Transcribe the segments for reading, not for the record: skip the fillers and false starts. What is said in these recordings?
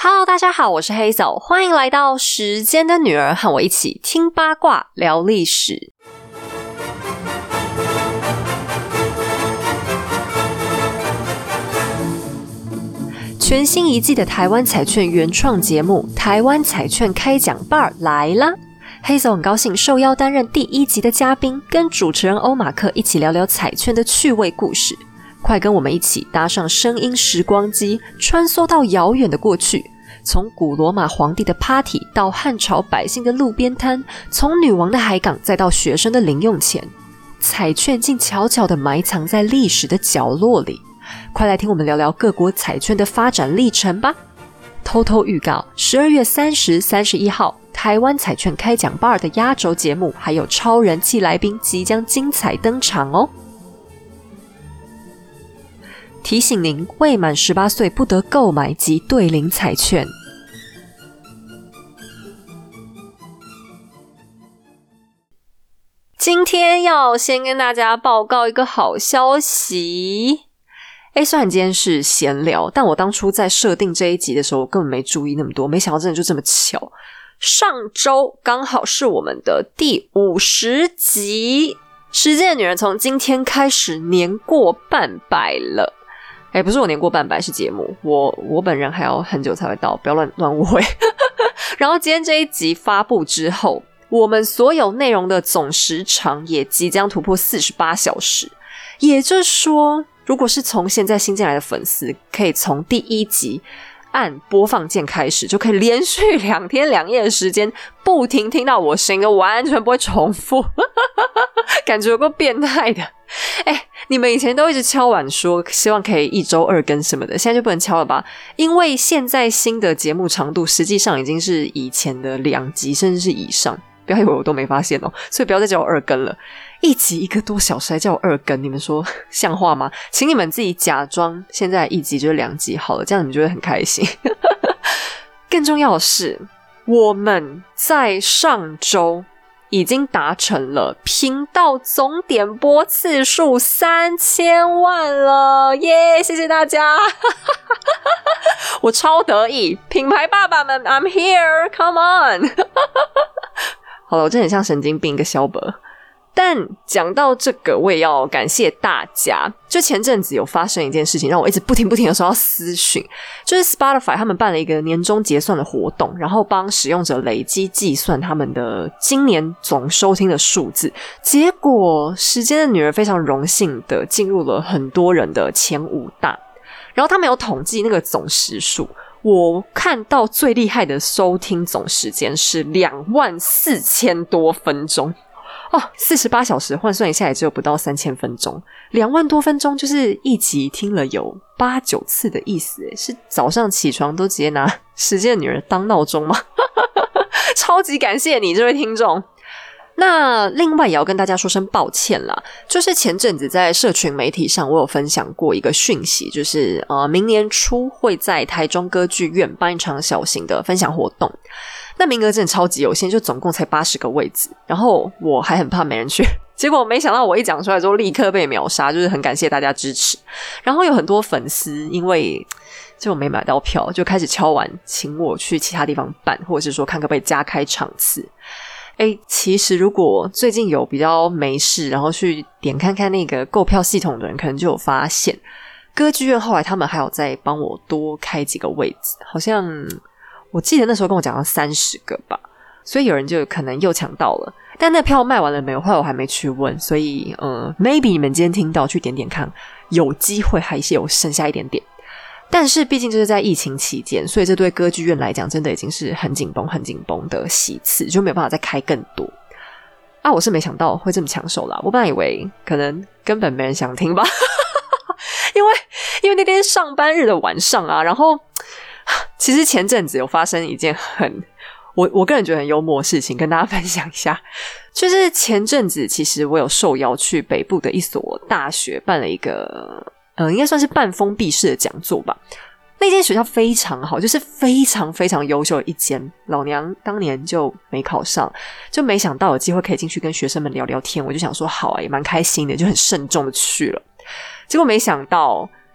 Hello， 大家好，我是黑走，欢迎来到时间的女儿，和我一起听八卦聊历史。全新一季的台湾彩券原创节目《台湾彩券开讲 bar》来啦！黑走很高兴受邀担任第一集的嘉宾，跟主持人欧马克一起聊聊彩券的趣味故事。快跟我们一起搭上声音时光机，穿梭到遥远的过去，从古罗马皇帝的 party 到汉朝百姓的路边摊，从女王的海港再到学生的零用钱，彩券竟悄悄地埋藏在历史的角落里。快来听我们聊聊各国彩券的发展历程吧。偷偷预告12月30、31号台湾彩券开讲 bar 的压轴节目还有超人气来宾即将精彩登场哦。提醒您，未满18岁不得购买及兑领彩券。今天要先跟大家报告一个好消息。虽然今天是闲聊，但我当初在设定这一集的时候，我根本没注意那么多，没想到真的就这么巧。上周刚好是我们的第50集，时间的女人从今天开始年过半百了。不是我年过半百，是节目。我本人还要很久才会到，不要乱误会。然后今天这一集发布之后，我们所有内容的总时长也即将突破48小时。也就是说，如果是从现在新进来的粉丝，可以从第一集按播放键开始，就可以连续2天2夜的时间不停听到我声音，完全不会重复。感觉有够变态的。你们以前都一直敲碗说希望可以1周2更什么的，现在就不能敲了吧？因为现在新的节目长度实际上已经是以前的2集甚至是以上，不要以为我都没发现哦，所以不要再叫我2更了。1集1个多小时还叫我2更，你们说像话吗？请你们自己假装现在1集就是2集好了，这样你们就会很开心。更重要的是，我们在上周已经达成了频道总点播次数3000万了，耶！谢谢大家。我超得意，品牌爸爸们 I'm here, come on。 好了，我真的很像神经病一个小伯。但讲到这个，我也要感谢大家。就前阵子有发生一件事情，让我一直不停地收到私讯，就是 Spotify 他们办了一个年终结算的活动，然后帮使用者累积计算他们的今年总收听的数字。结果时间的女儿非常荣幸的进入了很多人的前5大，然后他们有统计那个总时数，我看到最厉害的收听总时间是24000多分钟。48小时换算一下也只有不到3000分钟，2万多分钟就是一集听了有8、9次的意思耶，是早上起床都直接拿时间的女儿当闹钟吗？超级感谢你这位听众。那另外也要跟大家说声抱歉啦，就是前阵子在社群媒体上我有分享过一个讯息，就是明年初会在台中歌剧院办一场小型的分享活动，那名额真的超级有限，就总共才80个位置，然后我还很怕没人去，结果没想到我一讲出来之后立刻被秒杀，就是很感谢大家支持。然后有很多粉丝因为就没买到票，就开始敲碗请我去其他地方办，或者是说看可不可以加开场次。其实如果最近有比较没事，然后去点看看那个购票系统的人，可能就有发现歌剧院后来他们还有再帮我多开几个位置，好像我记得那时候跟我讲到30个吧，所以有人就可能又抢到了。但那票卖完了没有？后来我还没去问，所以maybe 你们今天听到去点点看，有机会还是有剩下一点点。但是毕竟就是在疫情期间，所以这对歌剧院来讲真的已经是很紧绷的席次，就没有办法再开更多。我是没想到会这么抢手啦，我本来以为可能根本没人想听吧。因为那天上班日的晚上啊，然后其实前阵子有发生一件我个人觉得很幽默的事情，跟大家分享一下。就是前阵子其实我有受邀去北部的一所大学办了一个应该算是半封闭式的讲座吧。那间学校非常好，就是非常非常优秀的一间，老娘当年就没考上，就没想到有机会可以进去跟学生们聊聊天，我就想说好也蛮开心的，就很慎重的去了。结果没想到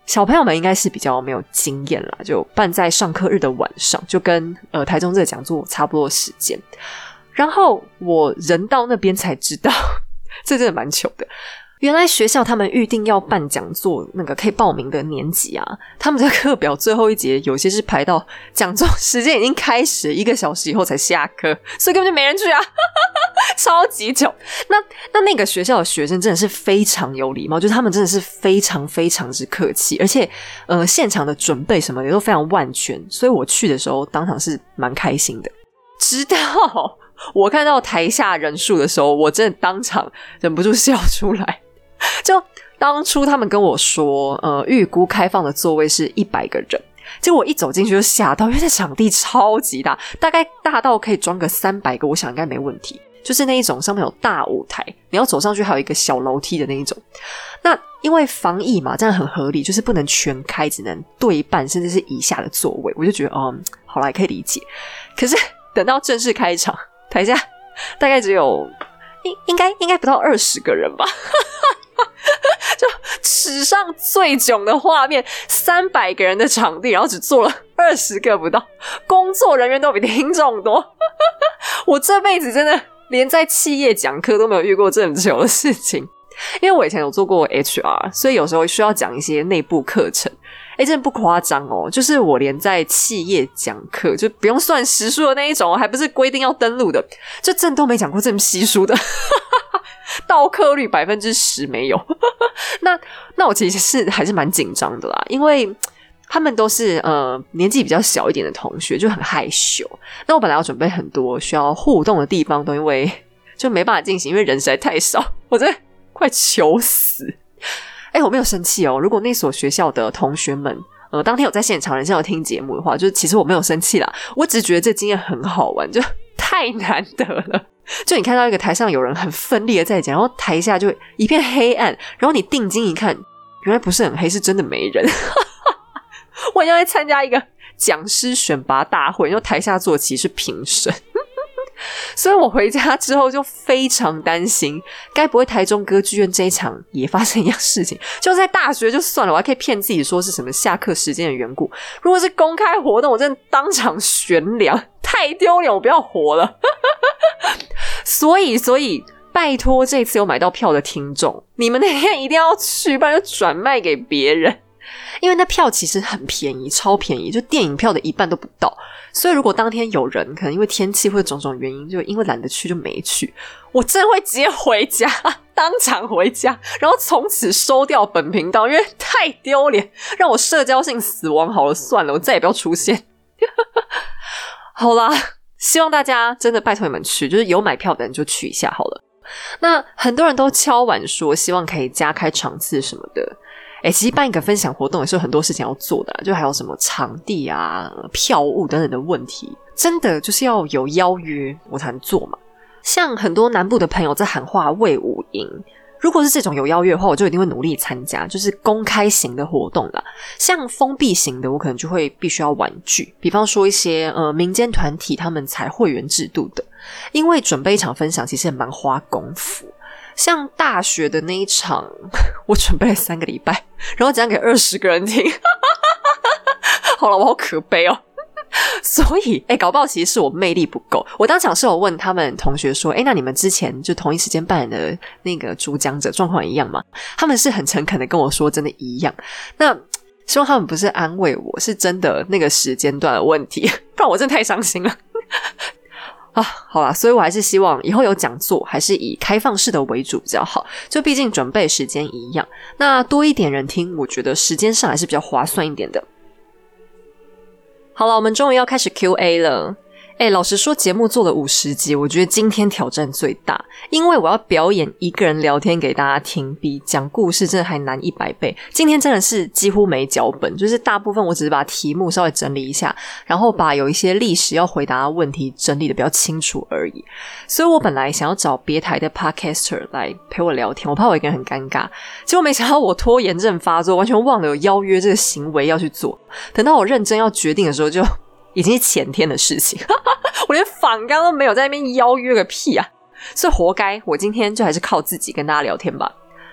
小朋友们应该是比较没有经验啦，就办在上课日的晚上，就跟台中这个讲座差不多的时间。然后我人到那边才知道，这真的蛮糗的。原来学校他们预定要办讲座，那个可以报名的年级啊，他们的课表最后一节有些是排到讲座时间已经开始1个小时以后才下课，所以根本就没人去啊，超级糗。那个学校的学生真的是非常有礼貌，就是他们真的是非常非常之客气，而且现场的准备什么也都非常万全，所以我去的时候当场是蛮开心的。直到我看到台下人数的时候，我真的当场忍不住笑出来。就当初他们跟我说预估开放的座位是100个人，结果我一走进去就吓到，因为这场地超级大，大概大到可以装个300个，我想应该没问题。就是那一种上面有大舞台，你要走上去还有一个小楼梯的那一种。那因为防疫嘛，这样很合理，就是不能全开，只能对半甚至是以下的座位，我就觉得好啦，也可以理解。可是等到正式开场，台下大概只有应该不到20个人吧。就史上最囧的画面，300个人的场地，然后只坐了20个不到，工作人员都比听众多。我这辈子真的连在企业讲课都没有遇过这么糗的事情。因为我以前有做过 HR， 所以有时候需要讲一些内部课程。真的不夸张哦，就是我连在企业讲课，就不用算时数的那一种，还不是规定要登录的，就真的都没讲过这么稀疏的。到课率 10% 没有。那我其实还是蛮紧张的啦，因为他们都是年纪比较小一点的同学，就很害羞。那我本来要准备很多需要互动的地方，都因为就没办法进行，因为人实在太少，我真的快糗死。我没有生气哦，如果那所学校的同学们当天有在现场人有听节目的话，就其实我没有生气啦，我只是觉得这经验很好玩，就太难得了。就你看到一个台上有人很奋力的在讲，然后台下就一片黑暗，然后你定睛一看，原来不是很黑，是真的没人。我好像在参加一个讲师选拔大会，然后台下坐其实是评审。所以我回家之后就非常担心，该不会台中歌剧院这一场也发生一样事情？就在大学就算了，我还可以骗自己说是什么下课时间的缘故。如果是公开活动，我真的当场悬梁，太丢脸，我不要活了。所以拜托这次有买到票的听众，你们那天一定要去，不然就转卖给别人。因为那票其实很便宜，超便宜，就电影票的1半都不到。所以如果当天有人可能因为天气或者种种原因，就因为懒得去就没去，我真的会直接回家，当场回家，然后从此收掉本频道，因为太丢脸，让我社交性死亡好了，算了，我再也不要出现。好啦，希望大家真的拜托你们去，就是有买票的人就去一下好了。那很多人都敲碗说希望可以加开场次什么的。其实办一个分享活动也是有很多事情要做的，就还有什么场地啊、票务等等的问题，真的就是要有邀约我才能做嘛。像很多南部的朋友在喊话卫武营，如果是这种有邀约的话，我就一定会努力参加，就是公开型的活动啦。像封闭型的，我可能就会必须要婉拒，比方说一些民间团体他们采会员制度的，因为准备一场分享其实也蛮花功夫。像大学的那一场，我准备了3个礼拜，然后讲给20个人听。好了，我好可悲哦。所以搞不好其实是我魅力不够。我当场是有问他们同学说那你们之前就同一时间办的那个主讲者状况一样吗？他们是很诚恳的跟我说真的一样。那希望他们不是安慰我，是真的那个时间段的问题，不然我真的太伤心了。好啦，所以我还是希望以后有讲座还是以开放式的为主比较好，就毕竟准备时间一样，那多一点人听，我觉得时间上还是比较划算一点的。好了，我们终于要开始 QA 了。老实说节目做了50集，我觉得今天挑战最大，因为我要表演一个人聊天给大家听，比讲故事真的还难100倍。今天真的是几乎没脚本，就是大部分我只是把题目稍微整理一下，然后把有一些历史要回答的问题整理的比较清楚而已。所以我本来想要找别台的 podcaster 来陪我聊天，我怕我一个人很尴尬，结果没想到我拖延症发作，完全忘了有邀约这个行为要去做。等到我认真要决定的时候，就已经是前天的事情。我连访纲都没有，在那边邀约个屁啊！所以活该，我今天就还是靠自己跟大家聊天吧。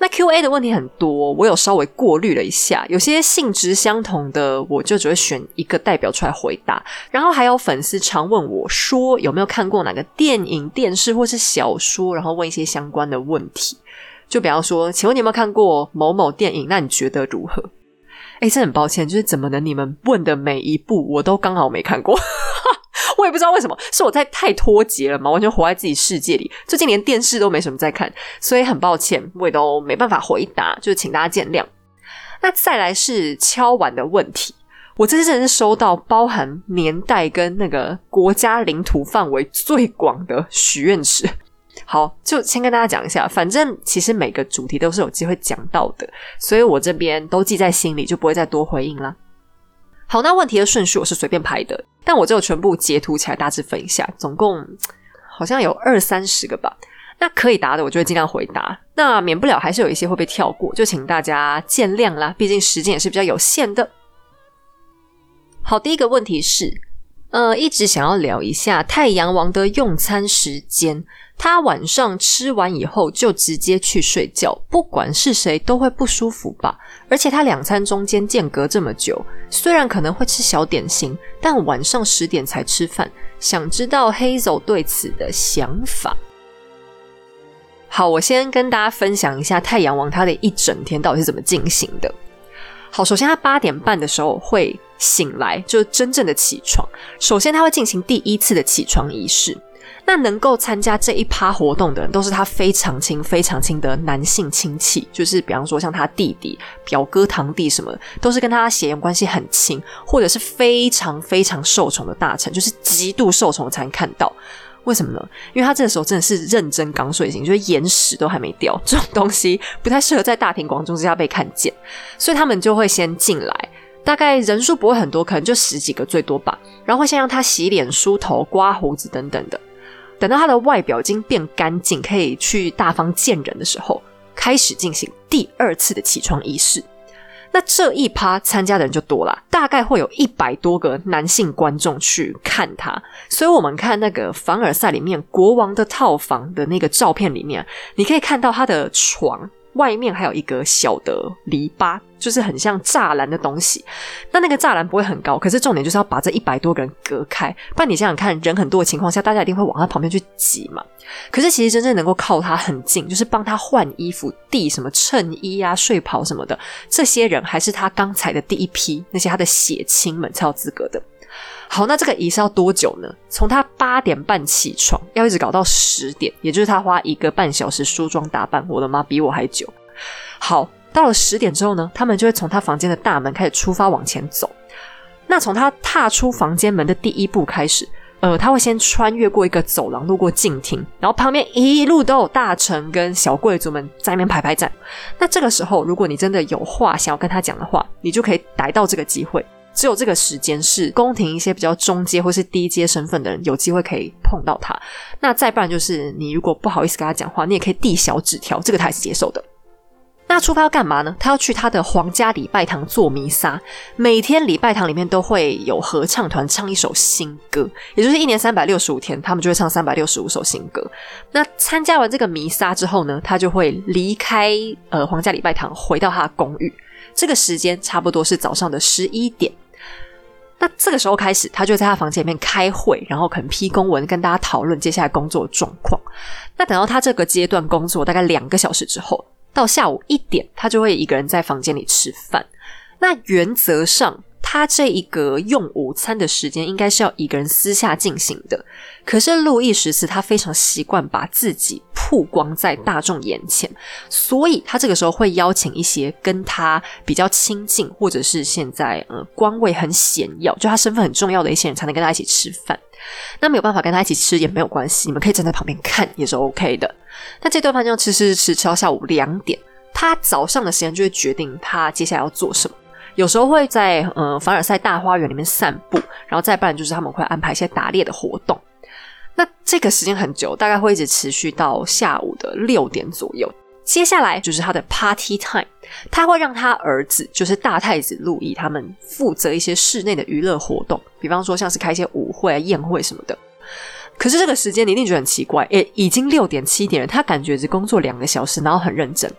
那 Q&A 的问题很多，我有稍微过滤了一下，有些性质相同的我就只会选一个代表出来回答，然后还有粉丝常问我说有没有看过哪个电影、电视或是小说，然后问一些相关的问题，就比方说请问你有没有看过某某电影，那你觉得如何？这很抱歉，就是怎么能你们问的每一部我都刚好没看过我也不知道为什么，是我在太脱节了嘛，完全活在自己世界里，最近连电视都没什么在看，所以很抱歉我也都没办法回答，就请大家见谅。那再来是敲碗的问题，我这次真的是收到包含年代跟那个国家领土范围最广的许愿池。好，就先跟大家讲一下，反正其实每个主题都是有机会讲到的，所以我这边都记在心里，就不会再多回应啦。好，那问题的顺序我是随便排的，但我只有全部截图起来大致分一下，总共好像有20-30个吧。那可以答的我就会尽量回答，那免不了还是有一些会被跳过，就请大家见谅啦，毕竟时间也是比较有限的。好，第一个问题是一直想要聊一下太阳王的用餐时间，他晚上吃完以后就直接去睡觉，不管是谁都会不舒服吧，而且他2餐中间间隔这么久，虽然可能会吃小点心，但晚上10点才吃饭，想知道 Hazel 对此的想法。好，我先跟大家分享一下太阳王他的一整天到底是怎么进行的。好，首先他8点半的时候会醒来，就真正的起床。首先他会进行第1次的起床仪式，那能够参加这一趴活动的人都是他非常亲非常亲的男性亲戚，就是比方说像他弟弟、表哥、堂弟什么，都是跟他血缘关系很亲，或者是非常非常受宠的大臣，就是极度受宠才能看到。为什么呢？因为他这个时候真的是认真刚睡醒，就是眼屎都还没掉，这种东西不太适合在大庭广众之下被看见，所以他们就会先进来，大概人数不会很多，可能就10几个最多吧，然后会先让他洗脸、梳头、刮胡子等等的。等到他的外表已经变干净，可以去大方见人的时候，开始进行第2次的起床仪式。那这一趴参加的人就多啦，大概会有100多个男性观众去看他，所以我们看那个凡尔赛里面国王的套房的那个照片里面，你可以看到他的床外面还有一个小的篱笆，就是很像栅栏的东西。那个栅栏不会很高，可是重点就是要把这100多个人隔开，不然你想想看，人很多的情况下，大家一定会往他旁边去挤嘛。可是其实真正能够靠他很近，就是帮他换衣服、递什么衬衣啊、睡袍什么的，这些人还是他刚才的第一批，那些他的血亲们才有资格的。好，那这个仪式要多久呢？从他8点半起床，要一直搞到10点，也就是他花1个半小时梳妆打扮，我的妈，比我还久。好，到了10点之后呢，他们就会从他房间的大门开始出发往前走。那从他踏出房间门的第1步开始，他会先穿越过一个走廊，路过静厅，然后旁边一路都有大臣跟小贵族们在那边排站。那这个时候，如果你真的有话想要跟他讲的话，你就可以逮到这个机会。只有这个时间是宫廷一些比较中阶或是低阶身份的人有机会可以碰到他。那再不然就是你如果不好意思跟他讲话，你也可以递小纸条，这个他也是接受的。那出发要干嘛呢？他要去他的皇家礼拜堂做弥撒，每天礼拜堂里面都会有合唱团唱一首新歌，也就是1年365天他们就会唱365首新歌。那参加完这个弥撒之后呢，他就会离开皇家礼拜堂，回到他的公寓，这个时间差不多是早上的11点。那这个时候开始，他就在他房间里面开会，然后可能批公文跟大家讨论接下来工作的状况。那等到他这个阶段工作大概2个小时之后，到下午1点，他就会一个人在房间里吃饭。那原则上他这一个用午餐的时间应该是要一个人私下进行的，可是路易14他非常习惯把自己曝光在大众眼前，所以他这个时候会邀请一些跟他比较亲近或者是现在官位很显要，就他身份很重要的一些人才能跟他一起吃饭。那没有办法跟他一起吃也没有关系，你们可以站在旁边看也是 OK 的。那这顿饭就吃到下午2点，他早上的时间就会决定他接下来要做什么。有时候会在凡尔赛大花园里面散步，然后再不然就是他们会安排一些打猎的活动。那这个时间很久，大概会一直持续到下午的6点左右。接下来就是他的 party time， 他会让他儿子就是大太子路易他们负责一些室内的娱乐活动，比方说像是开一些舞会、宴会什么的。可是这个时间你一定觉得很奇怪，已经6点7点了，他感觉只工作2个小时，然后很认真。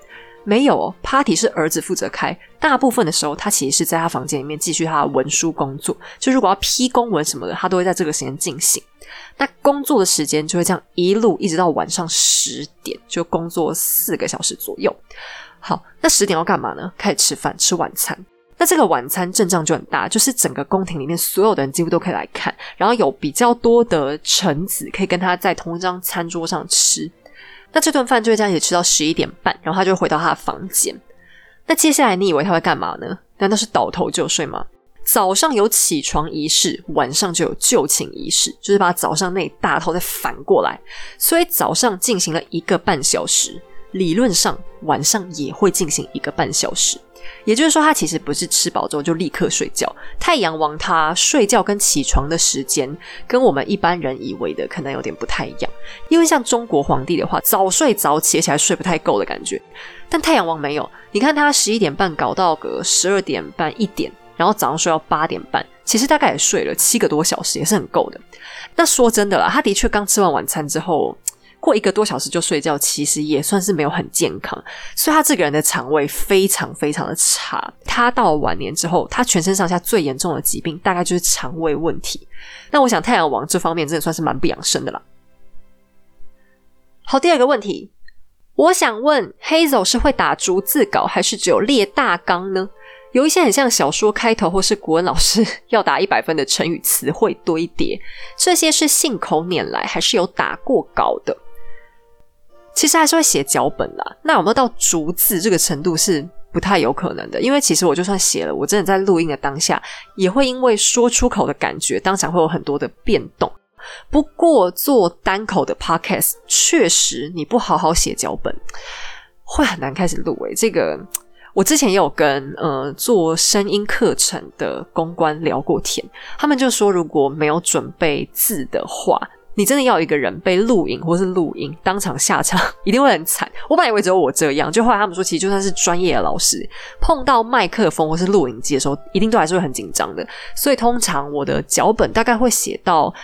没有哦 ，party 是儿子负责开，大部分的时候他其实是在他房间里面继续他的文书工作，就如果要批公文什么的，他都会在这个时间进行。那工作的时间就会这样一路一直到晚上10点，就工作4个小时左右。好，那10点要干嘛呢？开始吃饭，吃晚餐。那这个晚餐阵仗就很大，就是整个宫廷里面所有的人几乎都可以来看，然后有比较多的臣子可以跟他在同一张餐桌上吃。那这顿饭就会这样一直吃到11点半，然后他就回到他的房间。那接下来你以为他会干嘛呢？难道是倒头就睡吗？早上有起床仪式，晚上就有就寝仪式，就是把早上那一大套再反过来。所以早上进行了1个半小时，理论上晚上也会进行1个半小时。也就是说他其实不是吃饱之后就立刻睡觉，太阳王他睡觉跟起床的时间跟我们一般人以为的可能有点不太一样。因为像中国皇帝的话，早睡早起起来睡不太够的感觉，但太阳王没有，你看他11点半搞到个12点半1点，然后早上睡到8点半，其实大概也睡了7个多小时，也是很够的。那说真的啦，他的确刚吃完晚餐之后过1个多小时就睡觉，其实也算是没有很健康，所以他这个人的肠胃非常非常的差。他到晚年之后，他全身上下最严重的疾病大概就是肠胃问题。那我想太阳王这方面真的算是蛮不养生的啦。好，第2个问题，我想问 Hazel 是会打逐字稿还是只有列大纲呢？有一些很像小说开头或是国文老师要打100分的成语词汇堆叠，这些是信口拈来还是有打过稿的？其实还是会写脚本啦，那有没有到逐字这个程度是不太有可能的，因为其实我就算写了，我真的在录音的当下也会因为说出口的感觉当场会有很多的变动。不过做单口的 podcast 确实你不好好写脚本会很难开始录这个我之前也有跟做声音课程的公关聊过天，他们就说如果没有准备字的话，你真的要一个人被录影或是录音当场下场一定会很惨。我本来以为只有我这样，就后来他们说其实就算是专业的老师碰到麦克风或是录影机的时候一定都还是会很紧张的。所以通常我的脚本大概会写到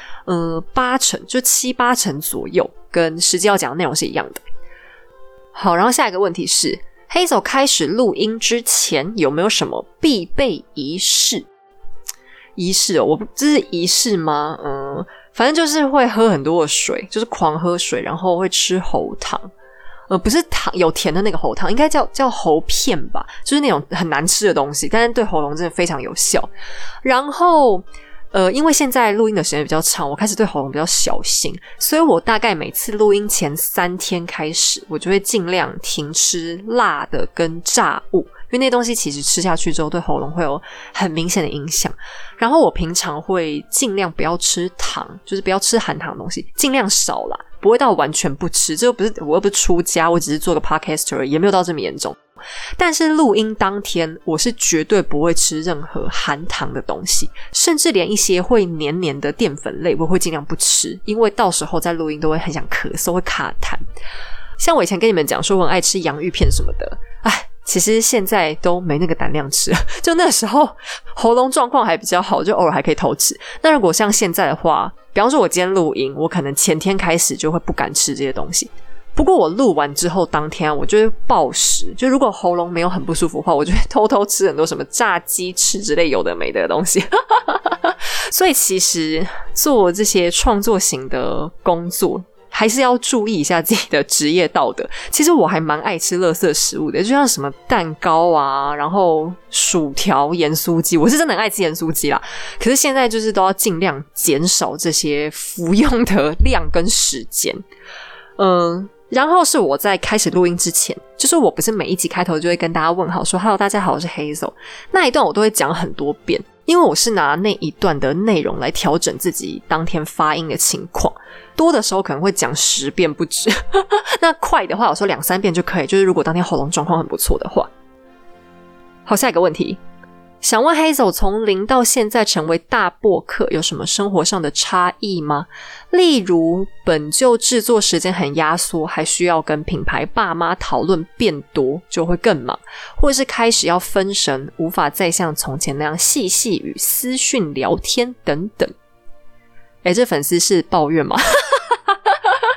8成，就7、8成左右，跟实际要讲的内容是一样的。好，然后下一个问题是 Hazel 开始录音之前有没有什么必备仪式？仪式我不这是仪式吗？反正就是会喝很多的水，就是狂喝水，然后会吃喉糖，不是糖有甜的那个喉糖，应该叫喉片吧，就是那种很难吃的东西，但是对喉咙真的非常有效。然后因为现在录音的时间比较长，我开始对喉咙比较小心，所以我大概每次录音前3天开始，我就会尽量停吃辣的跟炸物，因为那些东西其实吃下去之后对喉咙会有很明显的影响。然后我平常会尽量不要吃糖，就是不要吃含糖的东西，尽量少啦，不会到完全不吃。这又不是我又不是出家，我只是做个 podcaster， 也没有到这么严重。但是录音当天我是绝对不会吃任何含糖的东西，甚至连一些会黏黏的淀粉类我会尽量不吃，因为到时候在录音都会很想咳嗽，会卡痰。像我以前跟你们讲说我很爱吃洋芋片什么的，其实现在都没那个胆量吃了，就那时候喉咙状况还比较好，就偶尔还可以偷吃。那如果像现在的话，比方说我今天录音，我可能前天开始就会不敢吃这些东西。不过我录完之后当天我就会暴食，就如果喉咙没有很不舒服的话，我就会偷偷吃很多什么炸鸡翅之类有的没的东西。所以其实做这些创作型的工作还是要注意一下自己的职业道德。其实我还蛮爱吃垃圾食物的，就像什么蛋糕啊，然后薯条、盐酥鸡，我是真的很爱吃盐酥鸡啦。可是现在就是都要尽量减少这些服用的量跟时间。然后是我在开始录音之前，就是我不是每一集开头就会跟大家问好说 Hello 大家好我是 Hazel， 那一段我都会讲很多遍，因为我是拿那一段的内容来调整自己当天发音的情况，多的时候可能会讲10遍不止那快的话我说2-3遍就可以，就是如果当天喉咙状况很不错的话。好，下一个问题，想问 Hazel 从0到现在成为大播客有什么生活上的差异吗？例如本就制作时间很压缩，还需要跟品牌爸妈讨论变多就会更忙，或者是开始要分神，无法再像从前那样细细与私讯聊天等等。这粉丝是抱怨吗？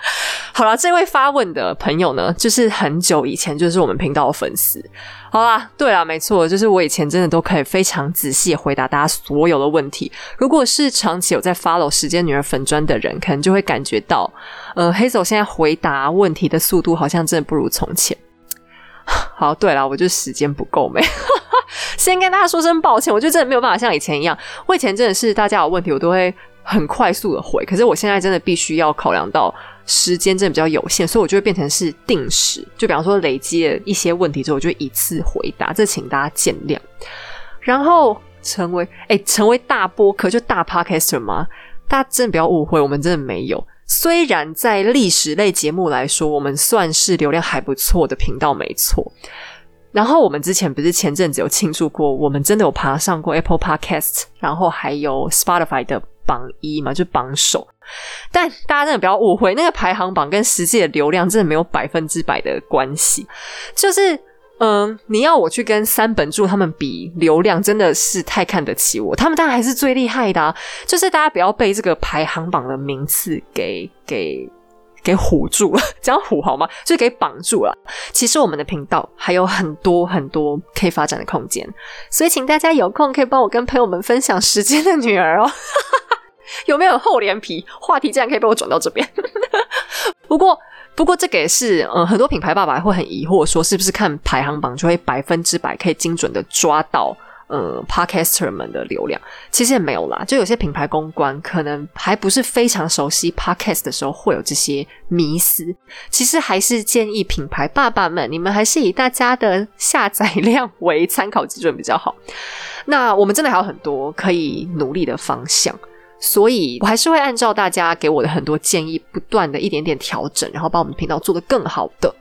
好啦，这位发问的朋友呢，就是很久以前就是我们频道的粉丝。好啦，对啦，没错，就是我以前真的都可以非常仔细回答大家所有的问题。如果是长期有在 follow 时间女儿粉专的人，可能就会感觉到Hazel 现在回答问题的速度好像真的不如从前。好，对啦，我就时间不够没先跟大家说声抱歉，我就真的没有办法像以前一样，我以前真的是大家有问题我都会很快速的回，可是我现在真的必须要考量到时间真的比较有限，所以我就会变成是定时，就比方说累积了一些问题之后我就一次回答，这请大家见谅。然后成为大播客就大 podcaster 吗？大家真的不要误会，我们真的没有。虽然在历史类节目来说我们算是流量还不错的频道没错，然后我们之前不是前阵子有庆祝过我们真的有爬上过 Apple Podcast 然后还有 Spotify 的榜1嘛，就榜首，但大家真的不要误会，那个排行榜跟实际的流量真的没有100%的关系，就是你要我去跟三本柱他们比流量真的是太看得起我，他们当然还是最厉害的啊，就是大家不要被这个排行榜的名次给唬住了，这样唬好吗？就给绑住了。其实我们的频道还有很多很多可以发展的空间，所以请大家有空可以帮我跟朋友们分享时间的女儿哦。有没有厚脸皮？话题竟然可以被我转到这边。不过这个也是很多品牌爸爸会很疑惑说是不是看排行榜就会100%可以精准的抓到podcaster 们的流量，其实也没有啦，就有些品牌公关可能还不是非常熟悉 podcast 的时候会有这些迷思，其实还是建议品牌爸爸们你们还是以大家的下载量为参考基准比较好。那我们真的还有很多可以努力的方向，所以我还是会按照大家给我的很多建议不断的一点点调整，然后把我们频道做得更好的。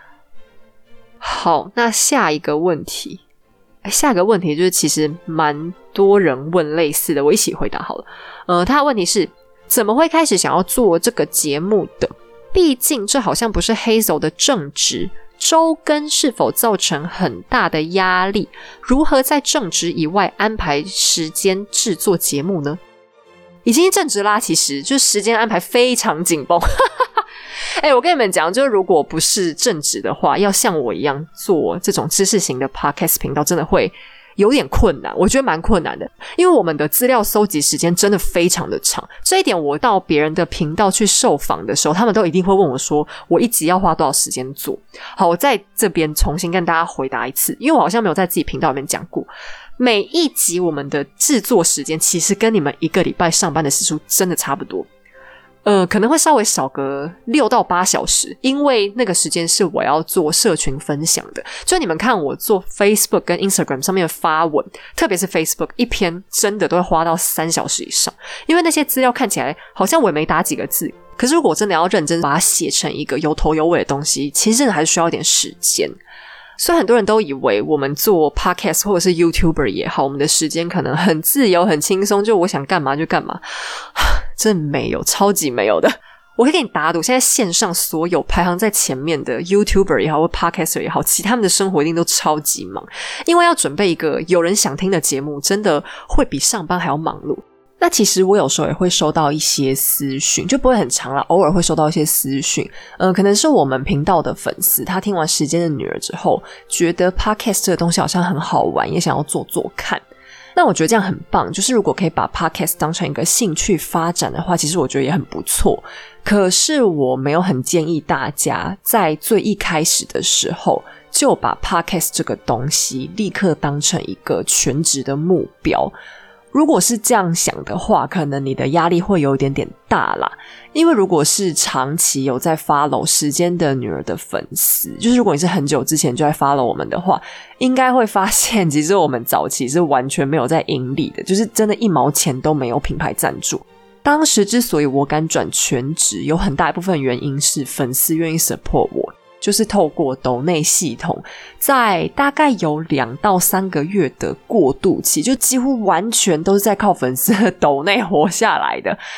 好，那下一个问题就是其实蛮多人问类似的，我一起回答好了。他的问题是怎么会开始想要做这个节目的？毕竟这好像不是 Hazel 的正职，周更是否造成很大的压力？如何在正职以外安排时间制作节目呢？已经正职啦，其实就是时间安排非常紧绷。我跟你们讲，就是如果不是正职的话，要像我一样做这种知识型的 podcast 频道真的会有点困难，我觉得蛮困难的，因为我们的资料搜集时间真的非常的长，这一点我到别人的频道去受访的时候，他们都一定会问我说我一集要花多少时间做。好，我在这边重新跟大家回答一次，因为我好像没有在自己频道里面讲过，每一集我们的制作时间其实跟你们一个礼拜上班的时数真的差不多，可能会稍微少个6到8小时，因为那个时间是我要做社群分享的，就你们看我做 Facebook 跟 Instagram 上面的发文，特别是 Facebook 一篇真的都会花到3小时以上，因为那些资料看起来好像我也没打几个字，可是如果真的要认真把它写成一个有头有尾的东西，其实真的还是需要一点时间。所以很多人都以为我们做 podcast 或者是 YouTuber 也好，我们的时间可能很自由很轻松，就我想干嘛就干嘛，真的没有，超级没有的。我可以给你打赌，现在线上所有排行在前面的 YouTuber 也好或 Podcaster 也好，其实他们的生活一定都超级忙，因为要准备一个有人想听的节目，真的会比上班还要忙碌。那其实我有时候也会收到一些私讯，就不会很长啦，偶尔会收到一些私讯，可能是我们频道的粉丝，他听完《时间的女儿》之后，觉得 Podcast 这个东西好像很好玩，也想要做做看。那我觉得这样很棒，就是如果可以把 Podcast 当成一个兴趣发展的话，其实我觉得也很不错。可是我没有很建议大家在最一开始的时候就把 Podcast 这个东西立刻当成一个全职的目标。如果是这样想的话，可能你的压力会有一点点大啦。因为如果是长期有在 follow 时间的女儿的粉丝，就是如果你是很久之前就在 follow 我们的话，应该会发现其实我们早期是完全没有在盈利的，就是真的1毛钱都没有品牌赞助。当时之所以我敢转全职，有很大一部分原因是粉丝愿意 support 我，就是透过抖内系统，在大概有2到3个月的过渡期，就几乎完全都是在靠粉丝的抖内活下来的。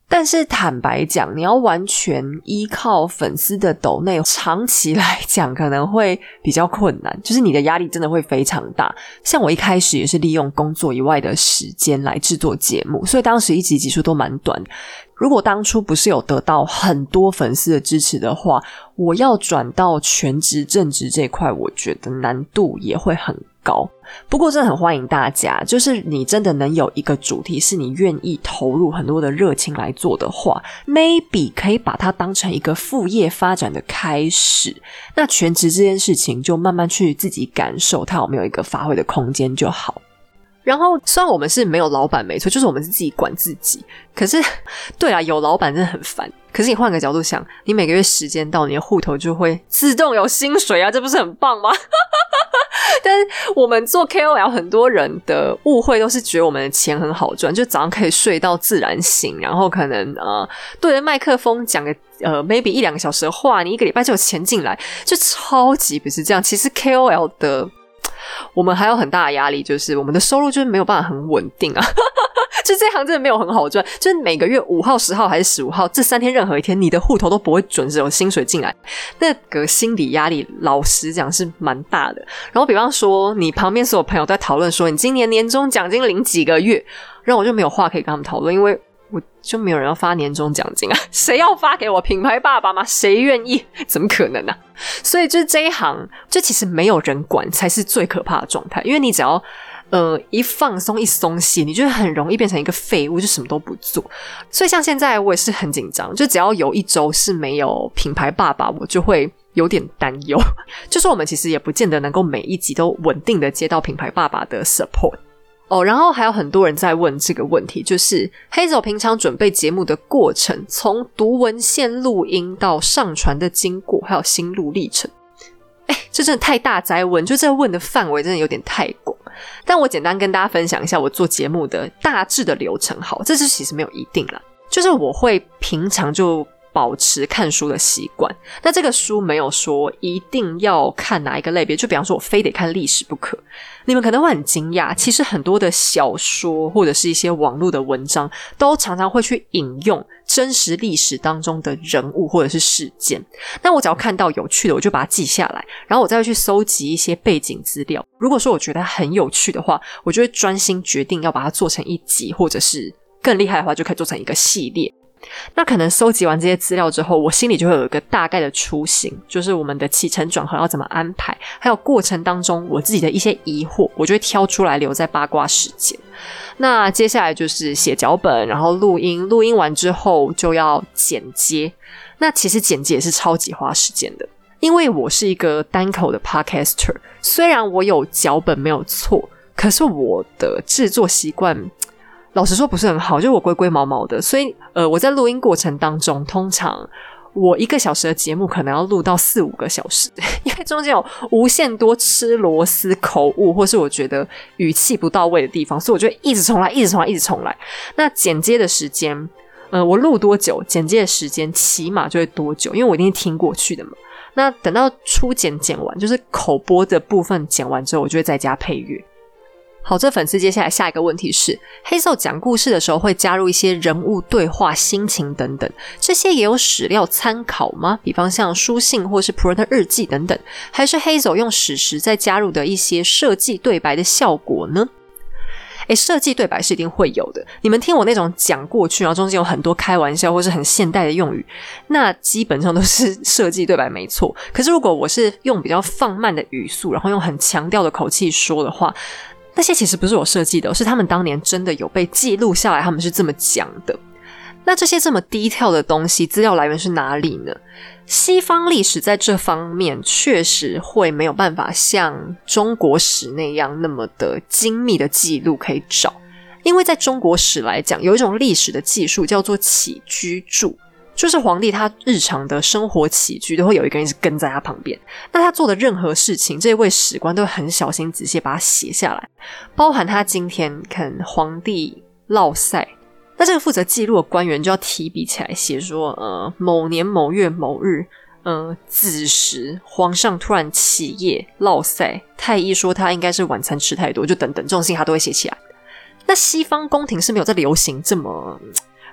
但是坦白讲，你要完全依靠粉丝的抖内，长期来讲可能会比较困难，就是你的压力真的会非常大。像我一开始也是利用工作以外的时间来制作节目，所以当时一集集数都蛮短的。如果当初不是有得到很多粉丝的支持的话，我要转到全职正职这一块，我觉得难度也会很高。不过真的很欢迎大家，就是你真的能有一个主题是你愿意投入很多的热情来做的话， maybe 可以把它当成一个副业发展的开始。那全职这件事情就慢慢去自己感受它有没有一个发挥的空间就好。然后虽然我们是没有老板没错，就是我们是自己管自己，可是对啊，有老板真的很烦。可是你换个角度想，你每个月时间到，你的户头就会自动有薪水啊，这不是很棒吗？但是我们做 KOL 很多人的误会都是觉得我们的钱很好赚，就早上可以睡到自然醒，然后可能对着麦克风讲个maybe 1-2个小时的话，你一个礼拜就有钱进来，就超级不是这样。其实 KOL 的我们还有很大的压力，就是我们的收入就是没有办法很稳定啊。就这行真的没有很好赚，就是每个月5号、10号还是15号这3天任何一天，你的户头都不会准时有薪水进来，那个心理压力老实讲是蛮大的。然后比方说你旁边所有朋友都在讨论说你今年年终奖金领几个月，然后我就没有话可以跟他们讨论，因为我就没有人要发年终奖金啊，谁要发给我？品牌爸爸吗？谁愿意？怎么可能啊？所以就是这一行就其实没有人管才是最可怕的状态，因为你只要一放松一松懈，你就很容易变成一个废物，就什么都不做。所以像现在我也是很紧张，就只要有一周是没有品牌爸爸，我就会有点担忧。就是我们其实也不见得能够每一集都稳定的接到品牌爸爸的 support。然后还有很多人在问这个问题，就是Hazel平常准备节目的过程，从读文献录音到上传的经过，还有心路历程。这真的太大哉问，就这问的范围真的有点太广。但我简单跟大家分享一下我做节目的大致的流程好，这是其实没有一定啦，就是我会平常就保持看书的习惯，那这个书没有说一定要看哪一个类别，就比方说我非得看历史不可。你们可能会很惊讶，其实很多的小说或者是一些网络的文章都常常会去引用真实历史当中的人物或者是事件，那我只要看到有趣的我就把它记下来，然后我再去搜集一些背景资料，如果说我觉得很有趣的话，我就会专心决定要把它做成一集，或者是更厉害的话就可以做成一个系列。那可能收集完这些资料之后，我心里就会有一个大概的雏形，就是我们的起承转合要怎么安排，还有过程当中我自己的一些疑惑，我就会挑出来留在八卦时间。那接下来就是写脚本，然后录音，录音完之后就要剪接。那其实剪接也是超级花时间的，因为我是一个单口的 podcaster， 虽然我有脚本没有错，可是我的制作习惯老实说不是很好，就我龟龟毛毛的，所以我在录音过程当中，通常我1个小时的节目可能要录到4-5个小时，因为中间有无限多吃螺丝、口误，或是我觉得语气不到位的地方，所以我就一直重来，一直重来，一直重来。那剪接的时间，我录多久，剪接的时间起码就会多久，因为我一定是听过去的嘛。那等到初剪剪完，就是口播的部分剪完之后，我就会再加配乐。好，这粉丝接下来下一个问题是，黑手讲故事的时候会加入一些人物对话、心情等等，这些也有史料参考吗？比方像书信或是仆人的日记等等，还是黑手用史实再加入的一些设计对白的效果呢？设计对白是一定会有的，你们听我那种讲过去，然后中间有很多开玩笑或是很现代的用语，那基本上都是设计对白没错。可是如果我是用比较放慢的语速，然后用很强调的口气说的话，那些其实不是我设计的，是他们当年真的有被记录下来，他们是这么讲的。那这些这么低调的东西，资料来源是哪里呢？西方历史在这方面确实会没有办法像中国史那样那么的精密的记录可以找，因为在中国史来讲，有一种历史的技术叫做起居注，就是皇帝他日常的生活起居都会有一个人一直跟在他旁边，那他做的任何事情，这位史官都会很小心仔细把它写下来，包含他今天可能皇帝落塞，那这个负责记录的官员就要提笔起来写说某年某月某日子时皇上突然起夜落塞，太医说他应该是晚餐吃太多，就等等这种事情他都会写起来。那西方宫廷是没有在流行这么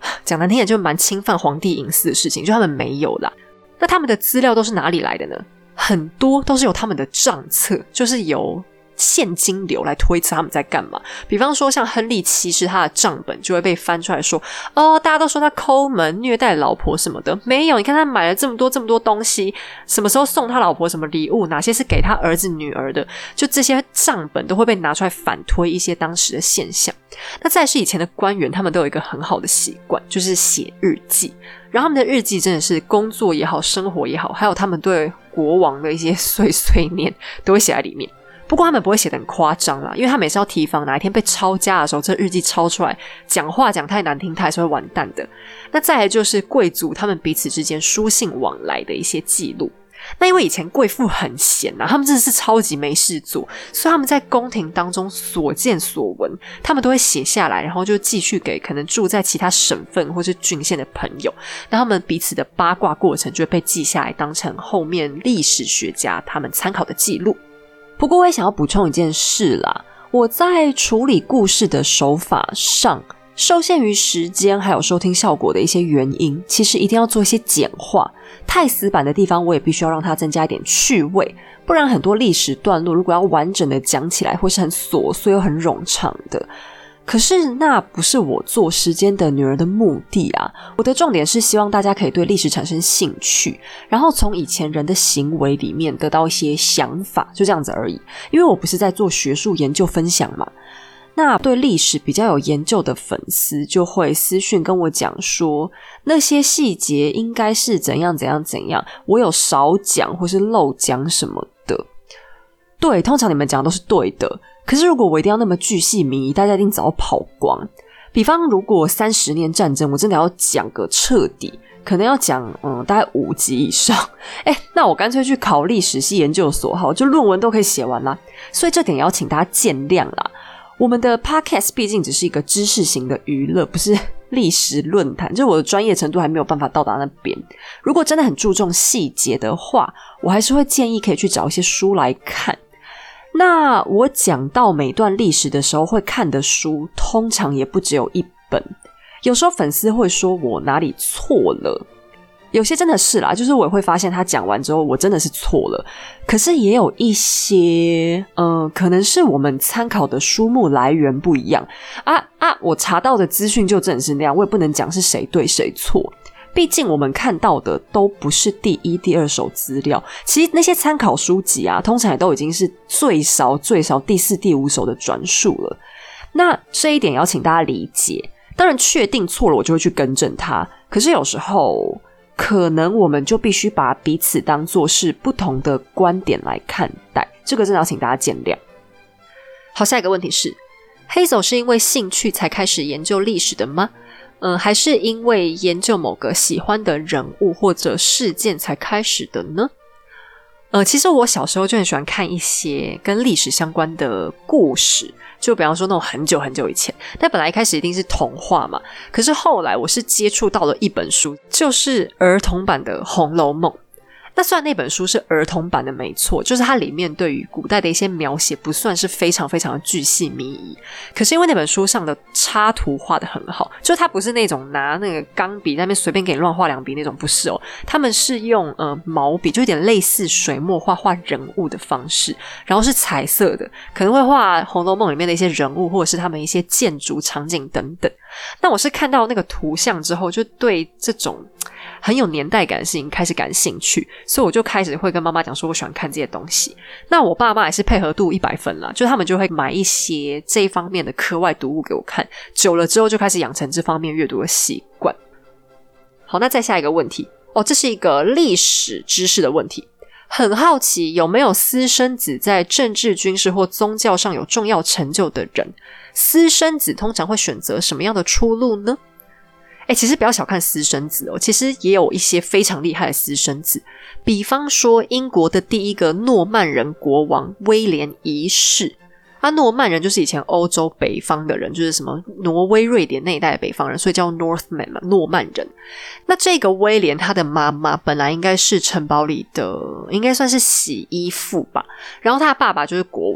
讲难听点就蛮侵犯皇帝隐私的事情，就他们没有啦。那他们的资料都是哪里来的呢？很多都是由他们的账册，就是由现金流来推测他们在干嘛。比方说像亨利七世，他的账本就会被翻出来说，大家都说他抠门虐待老婆什么的，没有，你看他买了这么多东西，什么时候送他老婆什么礼物，哪些是给他儿子女儿的，就这些账本都会被拿出来反推一些当时的现象。那再是以前的官员，他们都有一个很好的习惯，就是写日记，然后他们的日记真的是工作也好，生活也好，还有他们对国王的一些碎碎念都会写在里面。不过他们不会写得很夸张啦，因为他们也是要提防哪一天被抄家的时候，这日记抄出来讲话讲太难听，他还是会完蛋的。那再来就是贵族他们彼此之间书信往来的一些记录。那因为以前贵妇很闲啊，他们真的是超级没事做，所以他们在宫廷当中所见所闻，他们都会写下来，然后就继续给可能住在其他省份或是郡县的朋友。那他们彼此的八卦过程就会被记下来，当成后面历史学家他们参考的记录。不过我也想要补充一件事啦，我在处理故事的手法上，受限于时间还有收听效果的一些原因，其实一定要做一些简化，太死板的地方我也必须要让它增加一点趣味，不然很多历史段落如果要完整的讲起来会是很琐碎又很冗长的。可是那不是我做时间的女儿的目的啊，我的重点是希望大家可以对历史产生兴趣，然后从以前人的行为里面得到一些想法，就这样子而已。因为我不是在做学术研究分享嘛，那对历史比较有研究的粉丝就会私讯跟我讲说，那些细节应该是怎样怎样怎样，我有少讲或是漏讲什么的。对，通常你们讲的都是对的，可是如果我一定要那么巨细靡遗，大家一定早跑光。比方如果30年战争我真的要讲个彻底，可能要讲大概5集以上，那我干脆去考历史系研究所好，就论文都可以写完啦。所以这点也要请大家见谅啦。我们的 podcast 毕竟只是一个知识型的娱乐，不是历史论坛，就我的专业程度还没有办法到达那边。如果真的很注重细节的话，我还是会建议可以去找一些书来看。那我讲到每段历史的时候会看的书通常也不只有一本，有时候粉丝会说我哪里错了，有些真的是啦，就是我也会发现他讲完之后我真的是错了，可是也有一些可能是我们参考的书目来源不一样我查到的资讯就真的是那样，我也不能讲是谁对谁错，毕竟我们看到的都不是第一、第二手资料，其实那些参考书籍啊，通常也都已经是最少第4、第5手的转述了。那这一点要请大家理解，当然确定错了我就会去更正它，可是有时候可能我们就必须把彼此当作是不同的观点来看待，这个真的要请大家见谅。好，下一个问题是，Hazel是因为兴趣才开始研究历史的吗？还是因为研究某个喜欢的人物或者事件才开始的呢？其实我小时候就很喜欢看一些跟历史相关的故事，就比方说那种很久很久以前，但本来一开始一定是童话嘛，可是后来我是接触到了一本书，就是儿童版的《红楼梦》。那虽然那本书是儿童版的没错，就是它里面对于古代的一些描写不算是非常非常的巨细靡遗，可是因为那本书上的插图画得很好，就它不是那种拿那个钢笔在那边随便给你乱画两笔那种，不是哦，他们是用毛笔，就有点类似水墨画人物的方式，然后是彩色的，可能会画《红楼梦》里面的一些人物或者是他们一些建筑场景等等。那我是看到那个图像之后，就对这种很有年代感的事情开始感兴趣，所以我就开始会跟妈妈讲说我喜欢看这些东西。那我爸妈也是配合度100分啦，就他们就会买一些这一方面的课外读物给我看，久了之后就开始养成这方面阅读的习惯。好，那再下一个问题这是一个历史知识的问题，很好奇有没有私生子在政治、军事或宗教上有重要成就的人，私生子通常会选择什么样的出路呢？其实不要小看私生子其实也有一些非常厉害的私生子，比方说英国的第一个诺曼人国王威廉一世。诺曼人就是以前欧洲北方的人，就是什么挪威、瑞典那一带的北方人，所以叫 Northman 嘛，诺曼人。那这个威廉他的妈妈本来应该是城堡里的，应该算是洗衣妇吧，然后他的爸爸就是国王。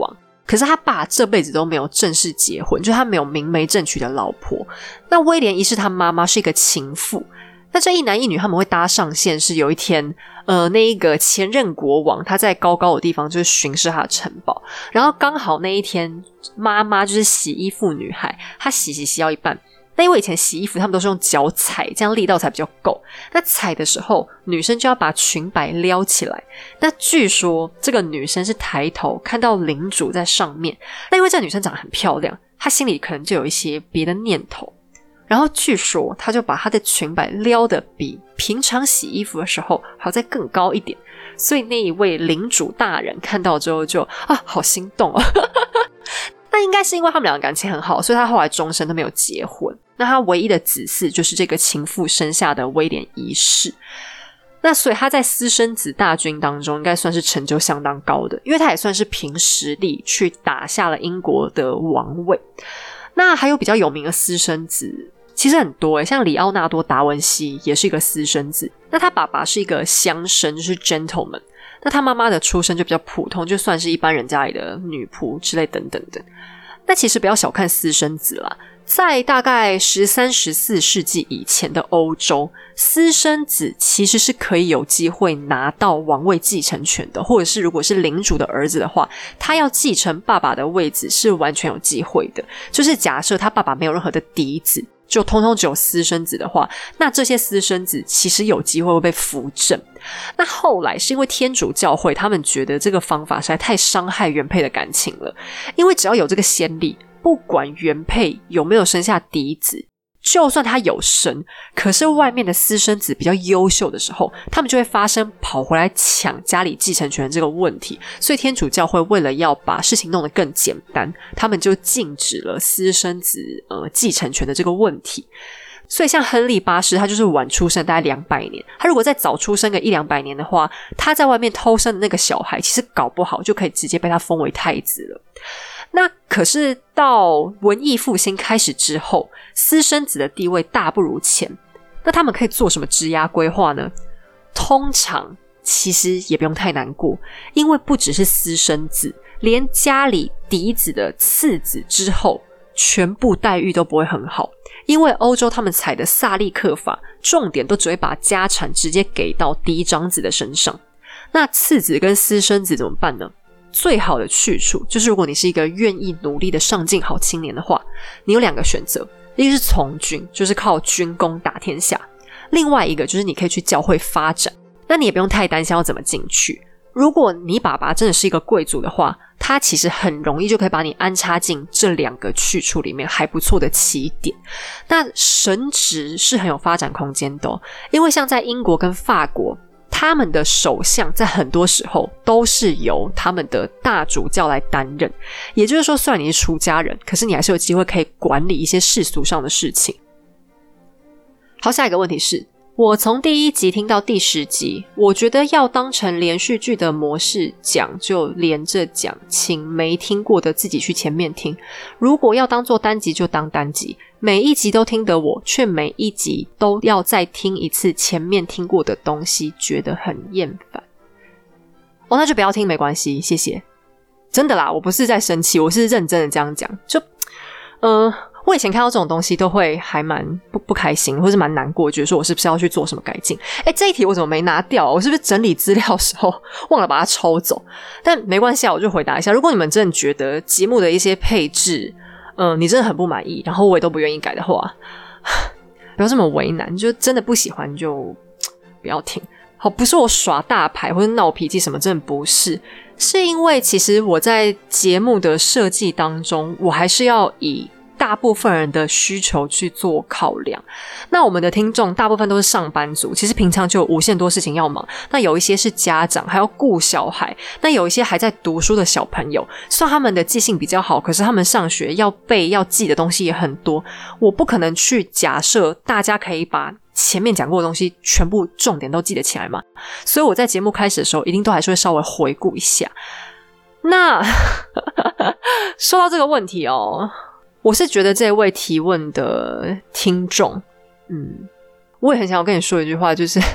可是他爸这辈子都没有正式结婚，就是他没有明媒正娶的老婆。那威廉一世他妈妈是一个情妇，那这一男一女他们会搭上线，是有一天那一个前任国王他在高高的地方就是巡视他的城堡，然后刚好那一天妈妈就是洗衣服女孩，她洗到一半，那因为以前洗衣服他们都是用脚踩，这样力道才比较够，那踩的时候女生就要把裙摆撩起来，那据说这个女生是抬头看到领主在上面，那因为这个女生长得很漂亮，她心里可能就有一些别的念头，然后据说她就把她的裙摆撩得比平常洗衣服的时候还要再更高一点，所以那一位领主大人看到之后就好心动哦那应该是因为他们两个感情很好，所以他后来终身都没有结婚。那他唯一的子嗣就是这个情妇生下的威廉一世。那所以他在私生子大军当中应该算是成就相当高的，因为他也算是凭实力去打下了英国的王位。那还有比较有名的私生子其实很多像里奥纳多达文西也是一个私生子，那他爸爸是一个乡绅，就是 gentleman， 那他妈妈的出身就比较普通，就算是一般人家里的女仆之类等等的。那其实不要小看私生子啦，在大概13、14世纪以前的欧洲，私生子其实是可以有机会拿到王位继承权的，或者是如果是领主的儿子的话，他要继承爸爸的位置是完全有机会的。就是假设他爸爸没有任何的嫡子，就通通只有私生子的话，那这些私生子其实有机会会被扶正。那后来是因为天主教会他们觉得这个方法实在太伤害原配的感情了，因为只要有这个先例，不管原配有没有生下嫡子，就算他有生，可是外面的私生子比较优秀的时候，他们就会发生跑回来抢家里继承权的这个问题。所以天主教会为了要把事情弄得更简单，他们就禁止了私生子继承权的这个问题。所以像亨利八世他就是晚出生大概200年，他如果再早出生个100-200年的话，他在外面偷生的那个小孩其实搞不好就可以直接被他封为太子了。那可是到文艺复兴开始之后，私生子的地位大不如前，那他们可以做什么职涯规划呢？通常其实也不用太难过，因为不只是私生子，连家里嫡子的次子之后全部待遇都不会很好，因为欧洲他们采的萨利克法重点都只会把家产直接给到嫡长子的身上。那次子跟私生子怎么办呢？最好的去处就是如果你是一个愿意努力的上进好青年的话，你有2个选择，一个是从军，就是靠军功打天下，另外一个就是你可以去教会发展，那你也不用太担心要怎么进去。如果你爸爸真的是一个贵族的话，他其实很容易就可以把你安插进这2个去处里面还不错的起点。那神职是很有发展空间的因为像在英国跟法国，他们的首相在很多时候都是由他们的大主教来担任，也就是说虽然你是出家人，可是你还是有机会可以管理一些世俗上的事情。好，下一个问题是，我从第1集听到第10集，我觉得要当成连续剧的模式讲就连着讲，请没听过的自己去前面听，如果要当做单集就当单集，每一集都听得我，却每一集都要再听一次前面听过的东西，觉得很厌烦。那就不要听没关系，谢谢。真的啦，我不是在生气，我是认真的这样讲。就我以前看到这种东西都会还蛮不开心，或是蛮难过，觉得说我是不是要去做什么改进。这一题我怎么没拿掉我是不是整理资料的时候忘了把它抽走？但没关系我就回答一下，如果你们真的觉得节目的一些配置你真的很不满意，然后我也都不愿意改的话，不要这么为难，就真的不喜欢就不要听。好，不是我耍大牌或者闹脾气什么，真的不是，是因为其实我在节目的设计当中，我还是要以大部分人的需求去做考量。那我们的听众大部分都是上班族，其实平常就有无限多事情要忙，那有一些是家长还要顾小孩，那有一些还在读书的小朋友，虽然他们的记性比较好，可是他们上学要背要记的东西也很多，我不可能去假设大家可以把前面讲过的东西全部重点都记得起来嘛，所以我在节目开始的时候一定都还是会稍微回顾一下。那说到这个问题我是觉得这位提问的听众我也很想要跟你说一句话，就是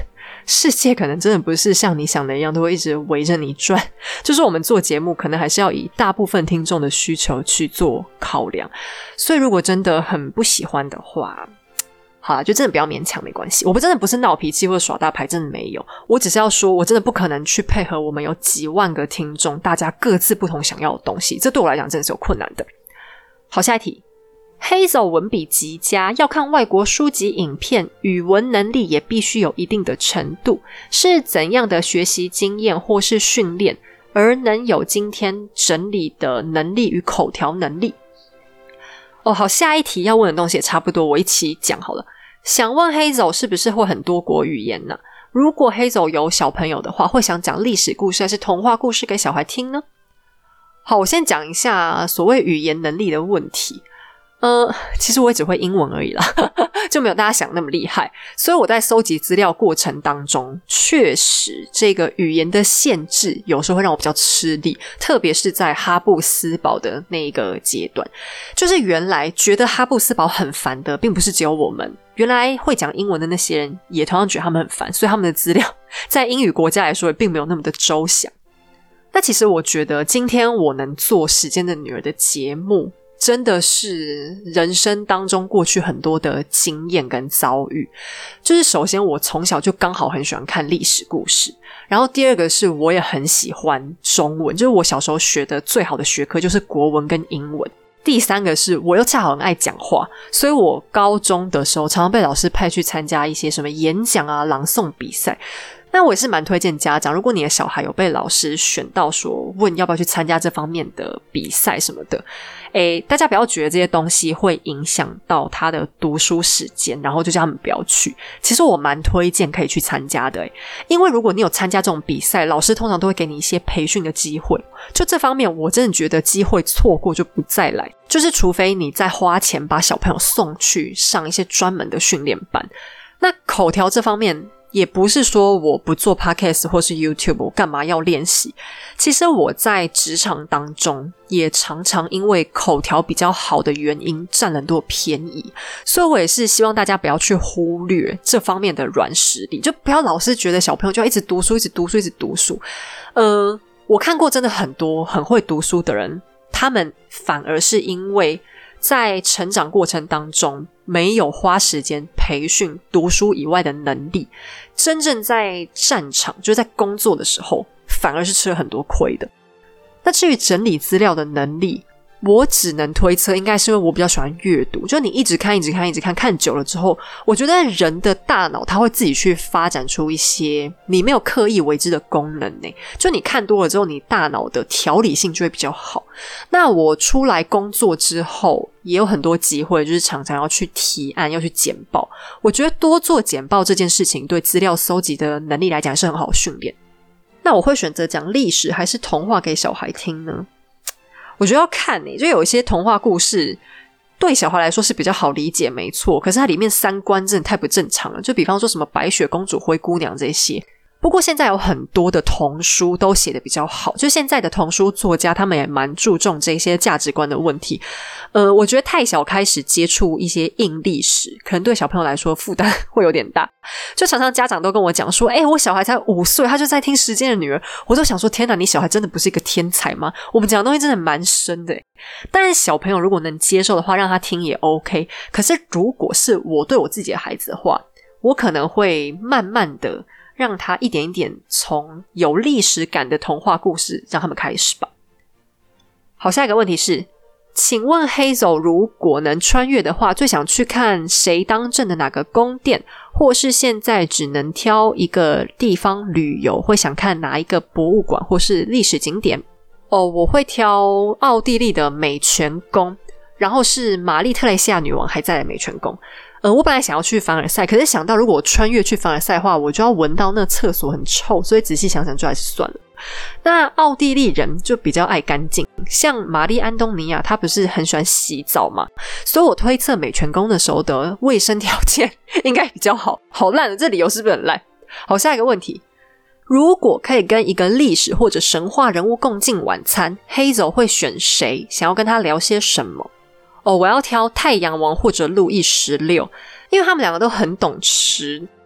世界可能真的不是像你想的一样都会一直围着你转，就是我们做节目可能还是要以大部分听众的需求去做考量，所以如果真的很不喜欢的话，好啦，就真的不要勉强，没关系。我真的不是闹脾气或者耍大牌，真的没有。我只是要说，我真的不可能去配合我们有几万个听众，大家各自不同想要的东西，这对我来讲真的是有困难的。好，下一题。Hazel 文笔极佳，要看外国书籍影片，语文能力也必须有一定的程度，是怎样的学习经验或是训练，而能有今天整理的能力与口条能力？哦，好，下一题要问的东西也差不多，我一起讲好了。想问 Hazel 是不是会很多国语言呢？如果 Hazel 有小朋友的话，会想讲历史故事还是童话故事给小孩听呢？好，我先讲一下所谓语言能力的问题。其实我也只会英文而已啦就没有大家想那么厉害，所以我在搜集资料过程当中，确实这个语言的限制有时候会让我比较吃力，特别是在哈布斯堡的那一个阶段。就是原来觉得哈布斯堡很烦的并不是只有我们，原来会讲英文的那些人也同样觉得他们很烦，所以他们的资料在英语国家来说也并没有那么的周详。那其实我觉得今天我能做时间的女儿的节目，真的是人生当中过去很多的经验跟遭遇。就是首先我从小就刚好很喜欢看历史故事，然后第二个是我也很喜欢中文，就是我小时候学的最好的学科就是国文跟英文。第三个是我又恰好很爱讲话，所以我高中的时候常常被老师派去参加一些什么演讲啊、朗诵比赛。那我也是蛮推荐家长，如果你的小孩有被老师选到说问要不要去参加这方面的比赛什么的，大家不要觉得这些东西会影响到他的读书时间，然后就叫他们不要去。其实我蛮推荐可以去参加的，因为如果你有参加这种比赛，老师通常都会给你一些培训的机会。就这方面我真的觉得机会错过就不再来，就是除非你再花钱把小朋友送去上一些专门的训练班。那口条这方面也不是说我不做 podcast 或是 YouTube 我干嘛要练习，其实我在职场当中也常常因为口条比较好的原因占了很多便宜，所以我也是希望大家不要去忽略这方面的软实力，就不要老是觉得小朋友就要一直读书一直读书一直读书。我看过真的很多很会读书的人，他们反而是因为在成长过程当中没有花时间培训读书以外的能力，真正在战场就是在工作的时候反而是吃了很多亏的。那至于整理资料的能力，我只能推测应该是因为我比较喜欢阅读，就你一直看一直看一直看，看久了之后，我觉得人的大脑它会自己去发展出一些你没有刻意为之的功能呢。就你看多了之后，你大脑的条理性就会比较好。那我出来工作之后也有很多机会，就是常常要去提案要去简报，我觉得多做简报这件事情对资料搜集的能力来讲是很好的训练。那我会选择讲历史还是童话给小孩听呢？我觉得要看就有一些童话故事对小孩来说是比较好理解没错，可是它里面三观真的太不正常了，就比方说什么白雪公主灰姑娘这些。不过现在有很多的童书都写得比较好，就现在的童书作家他们也蛮注重这些价值观的问题。我觉得太小开始接触一些硬历史，可能对小朋友来说负担会有点大。就常常家长都跟我讲说我小孩才5岁他就在听时间的女儿，我都想说天哪，你小孩真的不是一个天才吗？我们讲的东西真的蛮深的。当然小朋友如果能接受的话让他听也 OK， 可是如果是我对我自己的孩子的话，我可能会慢慢的让他一点一点从有历史感的童话故事让他们开始吧。好，下一个问题是，请问 Hazel 如果能穿越的话，最想去看谁当政的哪个宫殿，或是现在只能挑一个地方旅游，会想看哪一个博物馆或是历史景点？我会挑奥地利的美泉宫，然后是玛丽特蕾西亚女王还在的美泉宫。我本来想要去凡尔赛，可是想到如果我穿越去凡尔赛的话，我就要闻到那厕所很臭，所以仔细想想就还是算了。那奥地利人就比较爱干净，像玛丽安东尼亚她不是很喜欢洗澡嘛，所以我推测美泉宫的时候的卫生条件应该比较好。好烂的，这理由是不是很烂？好，下一个问题，如果可以跟一个历史或者神话人物共进晚餐， Hazel 会选谁？想要跟他聊些什么？我要挑太阳王或者路易16，因为他们两个都很懂吃。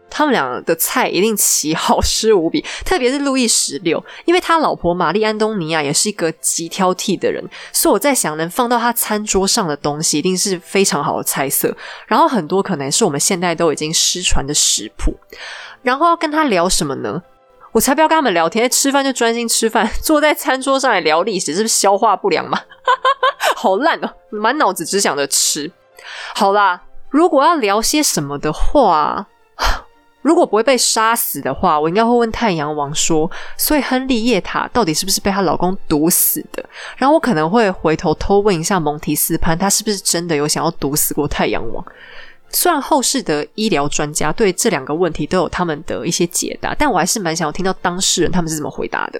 他们俩的菜一定奇好吃无比，特别是路易16，因为他老婆玛丽安东尼亚也是一个极挑剔的人，所以我在想能放到他餐桌上的东西一定是非常好的菜色，然后很多可能是我们现在都已经失传的食谱。然后要跟他聊什么呢？我才不要跟他们聊天，吃饭就专心吃饭，坐在餐桌上来聊历史，是不是消化不良嘛？好烂哦，满脑子只想着吃。好啦，如果要聊些什么的话，如果不会被杀死的话，我应该会问太阳王说，所以亨利叶塔到底是不是被她老公毒死的？然后我可能会回头偷问一下蒙提斯潘，他是不是真的有想要毒死过太阳王？虽然后世的医疗专家对这2个问题都有他们的一些解答，但我还是蛮想要听到当事人他们是怎么回答的。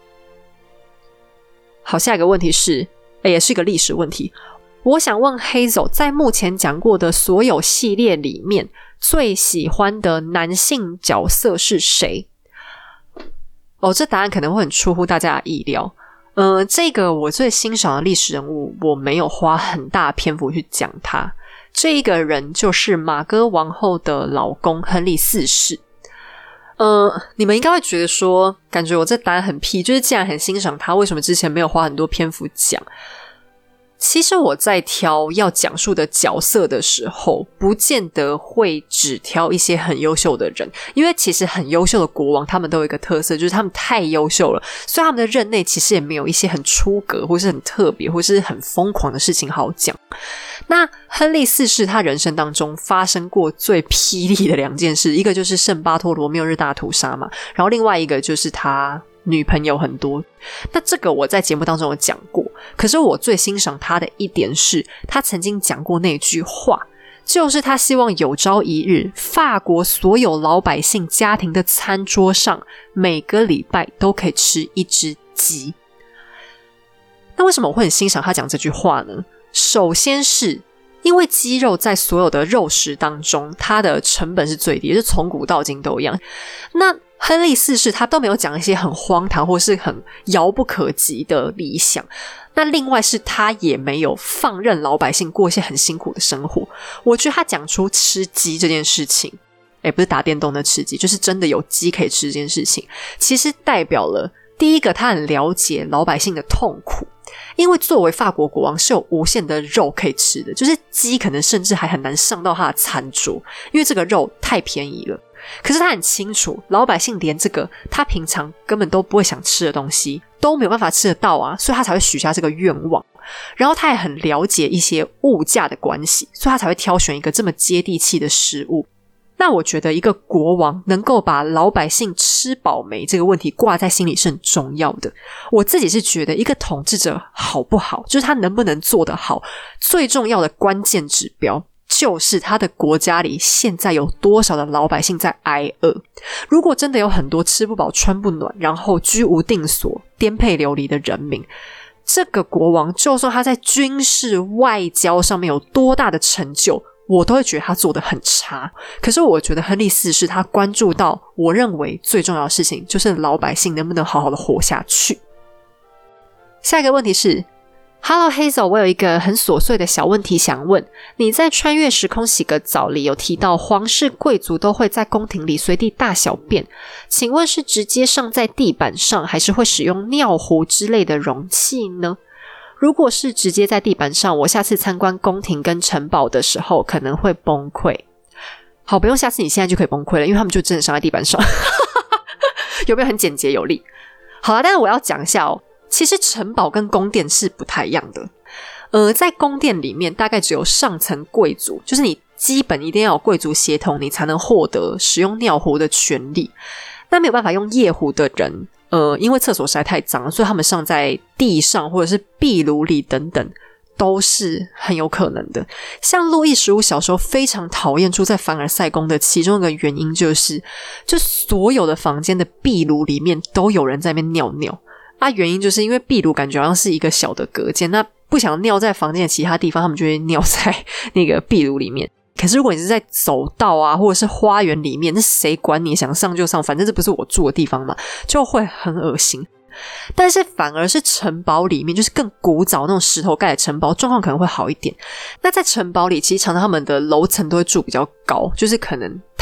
好，下一个问题是，也是一个历史问题。我想问 Hazel 在目前讲过的所有系列里面最喜欢的男性角色是谁？这答案可能会很出乎大家的意料。这个我最欣赏的历史人物，我没有花很大篇幅去讲他。这一个人就是玛戈王后的老公亨利4世。你们应该会觉得说，感觉我这答案很屁，就是既然很欣赏他，为什么之前没有花很多篇幅讲？其实我在挑要讲述的角色的时候，不见得会只挑一些很优秀的人，因为其实很优秀的国王他们都有一个特色，就是他们太优秀了，所以他们的任内其实也没有一些很出格或是很特别或是很疯狂的事情好讲。那亨利4世他人生当中发生过最霹雳的2件事，一个就是圣巴托罗缪日大屠杀嘛，然后另外一个就是他女朋友很多。那这个我在节目当中有讲过，可是我最欣赏他的一点是，他曾经讲过那句话，就是他希望有朝一日法国所有老百姓家庭的餐桌上每个礼拜都可以吃一只鸡。那为什么我会很欣赏他讲这句话呢？首先是因为鸡肉在所有的肉食当中，它的成本是最低，就是从古到今都一样。那亨利4世他都没有讲一些很荒唐或是很遥不可及的理想，那另外是他也没有放任老百姓过一些很辛苦的生活。我觉得他讲出吃鸡这件事情，不是打电动的吃鸡，就是真的有鸡可以吃这件事情，其实代表了第一个，他很了解老百姓的痛苦，因为作为法国国王是有无限的肉可以吃的，就是鸡可能甚至还很难上到他的餐桌，因为这个肉太便宜了。可是他很清楚，老百姓连这个他平常根本都不会想吃的东西都没有办法吃得到啊，所以他才会许下这个愿望。然后他也很了解一些物价的关系，所以他才会挑选一个这么接地气的食物。那我觉得一个国王能够把老百姓吃饱没这个问题挂在心里是很重要的。我自己是觉得一个统治者好不好，就是他能不能做得好，最重要的关键指标就是他的国家里现在有多少的老百姓在挨饿。如果真的有很多吃不饱穿不暖，然后居无定所颠沛流离的人民，这个国王就算他在军事外交上面有多大的成就，我都会觉得他做得很差。可是我觉得亨利4世他关注到我认为最重要的事情，就是老百姓能不能好好的活下去。下一个问题是，Hello Hazel， 我有一个很琐碎的小问题想问，你在穿越时空洗个澡里有提到皇室贵族都会在宫廷里随地大小便，请问是直接上在地板上，还是会使用尿壶之类的容器呢？如果是直接在地板上，我下次参观宫廷跟城堡的时候可能会崩溃。好，不用下次，你现在就可以崩溃了，因为他们就真的上在地板上。有没有很简洁有力？好啦，但是我要讲一下哦，其实城堡跟宫殿是不太一样的。在宫殿里面大概只有上层贵族，就是你基本一定要有贵族血统，你才能获得使用尿壶的权利。那没有办法用夜壶的人，因为厕所实在太脏了，所以他们上在地上或者是壁炉里等等都是很有可能的。像路易15小时候非常讨厌住在凡尔赛宫的其中一个原因就所有的房间的壁炉里面都有人在那边尿尿啊，原因就是因为壁炉感觉好像是一个小的隔间，那不想尿在房间的其他地方，他们就会尿在那个壁炉里面。可是如果你是在走道啊或者是花园里面，那谁管你想上就上，反正这不是我住的地方嘛，就会很恶心。但是反而是城堡里面，就是更古早那种石头盖的城堡，状况可能会好一点。那在城堡里其实常常他们的楼层都会住比较高，就是可能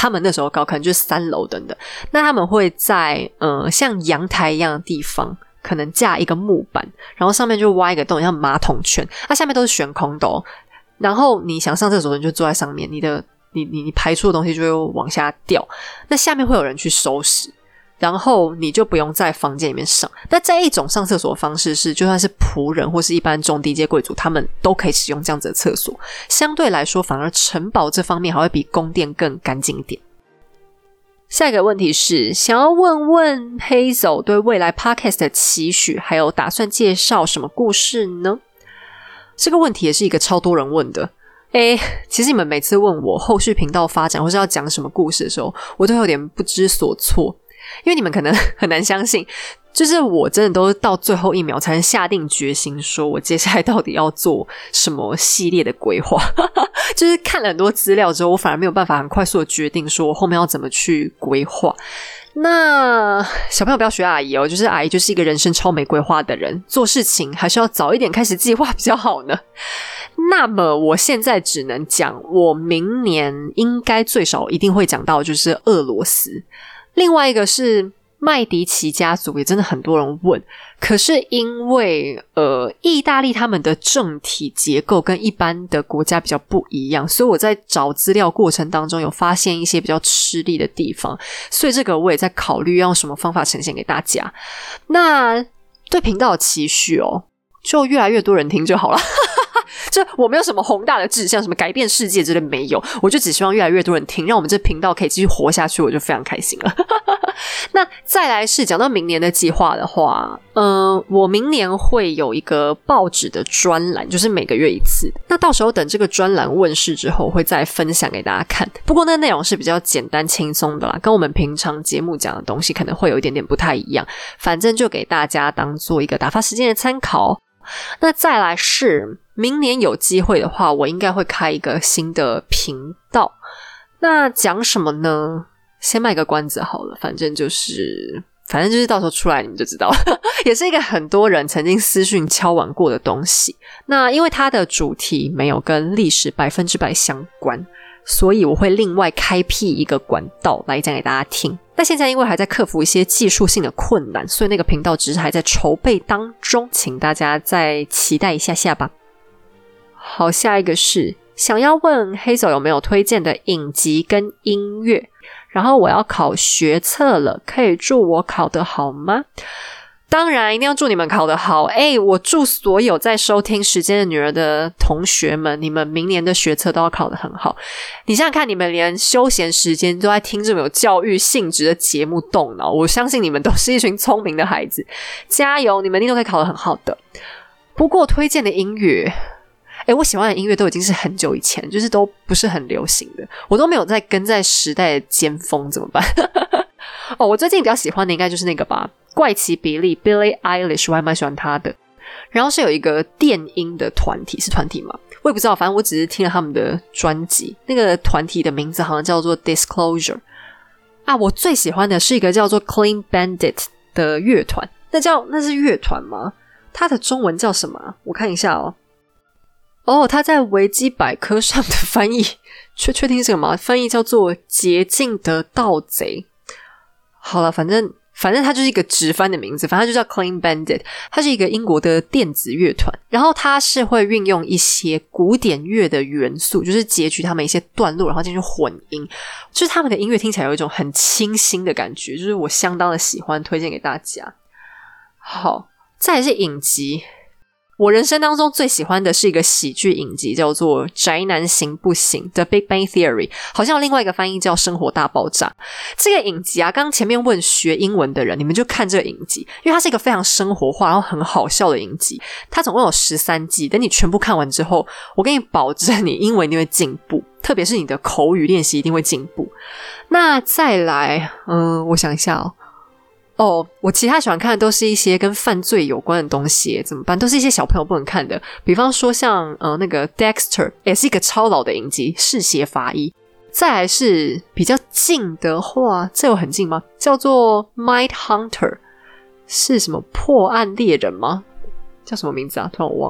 他们那时候高可能就是3楼等等，那他们会在像阳台一样的地方可能架一个木板，然后上面就挖一个洞像马桶圈，它下面都是悬空的哦，然后你想上厕所你就坐在上面，你排出的东西就会往下掉，那下面会有人去收拾，然后你就不用在房间里面上。那这一种上厕所的方式是就算是仆人或是一般中低阶贵族他们都可以使用这样子的厕所，相对来说反而城堡这方面还会比宫殿更干净一点。下一个问题是想要问问 Hazel 对未来 Podcast 的期许，还有打算介绍什么故事呢？这个问题也是一个超多人问的。其实你们每次问我后续频道发展或是要讲什么故事的时候，我都有点不知所措，因为你们可能很难相信，就是我真的都是到最后一秒才能下定决心说我接下来到底要做什么系列的规划就是看了很多资料之后，我反而没有办法很快速的决定说我后面要怎么去规划。那小朋友不要学阿姨哦，就是阿姨就是一个人生超没规划的人，做事情还是要早一点开始计划比较好呢。那么我现在只能讲我明年应该最少一定会讲到就是俄罗斯，另外一个是麦迪奇家族，也真的很多人问，可是因为意大利他们的政体结构跟一般的国家比较不一样，所以我在找资料过程当中有发现一些比较吃力的地方，所以这个我也在考虑要用什么方法呈现给大家。那对频道的期许哦，就越来越多人听就好了就我没有什么宏大的志向，什么改变世界之类没有，我就只希望越来越多人听，让我们这频道可以继续活下去，我就非常开心了那再来是讲到明年的计划的话，我明年会有一个报纸的专栏，就是每个月一次，那到时候等这个专栏问世之后会再分享给大家看，不过那内容是比较简单轻松的啦，跟我们平常节目讲的东西可能会有一点点不太一样，反正就给大家当做一个打发时间的参考。那再来是明年有机会的话，我应该会开一个新的频道，那讲什么呢？先卖个关子好了，反正就是到时候出来你们就知道了也是一个很多人曾经私讯敲碗过的东西，那因为它的主题没有跟历史100%相关，所以我会另外开辟一个管道来讲给大家听。那现在因为还在克服一些技术性的困难，所以那个频道只是还在筹备当中，请大家再期待一下下吧。好，下一个是想要问 Hazel 有没有推荐的影集跟音乐，然后我要考学测了，可以祝我考得好吗？当然一定要祝你们考得好，我祝所有在收听时间的女儿的同学们，你们明年的学测都要考得很好。你想想看，你们连休闲时间都在听这么有教育性质的节目动脑，我相信你们都是一群聪明的孩子，加油，你们一定都可以考得很好的。不过推荐的音乐我喜欢的音乐都已经是很久以前，就是都不是很流行的，我都没有在跟在时代的尖峰，怎么办我最近比较喜欢的应该就是那个吧，怪奇比利 Billie Eilish， 我还蛮喜欢她的。然后是有一个电音的团体，是团体吗？我也不知道，反正我只是听了他们的专辑，那个团体的名字好像叫做 Disclosure 啊。我最喜欢的是一个叫做 Clean Bandit 的乐团，那是乐团吗？它的中文叫什么？我看一下哦，他在维基百科上的翻译确定是什么？翻译叫做洁净的盗贼。好了，反正它就是一个直翻的名字，反正它就叫 Clean Bandit， 它是一个英国的电子乐团，然后它是会运用一些古典乐的元素，就是截取他们一些段落然后进去混音，就是他们的音乐听起来有一种很清新的感觉，就是我相当的喜欢，推荐给大家。好，再来是影集，我人生当中最喜欢的是一个喜剧影集，叫做宅男行不行 The Big Bang Theory， 好像有另外一个翻译叫生活大爆炸。这个影集啊，刚刚前面问学英文的人，你们就看这个影集，因为它是一个非常生活化然后很好笑的影集，它总共有13季，等你全部看完之后，我跟你保证你英文一定会进步，特别是你的口语练习一定会进步。那再来我想一下我其他喜欢看的都是一些跟犯罪有关的东西，怎么办？都是一些小朋友不能看的，比方说像那个 Dexter 也是一个超老的影集，嗜血法医。再来是比较近的话，这有很近吗？叫做 Mind Hunter， 是什么破案猎人吗？叫什么名字啊？突然我忘了。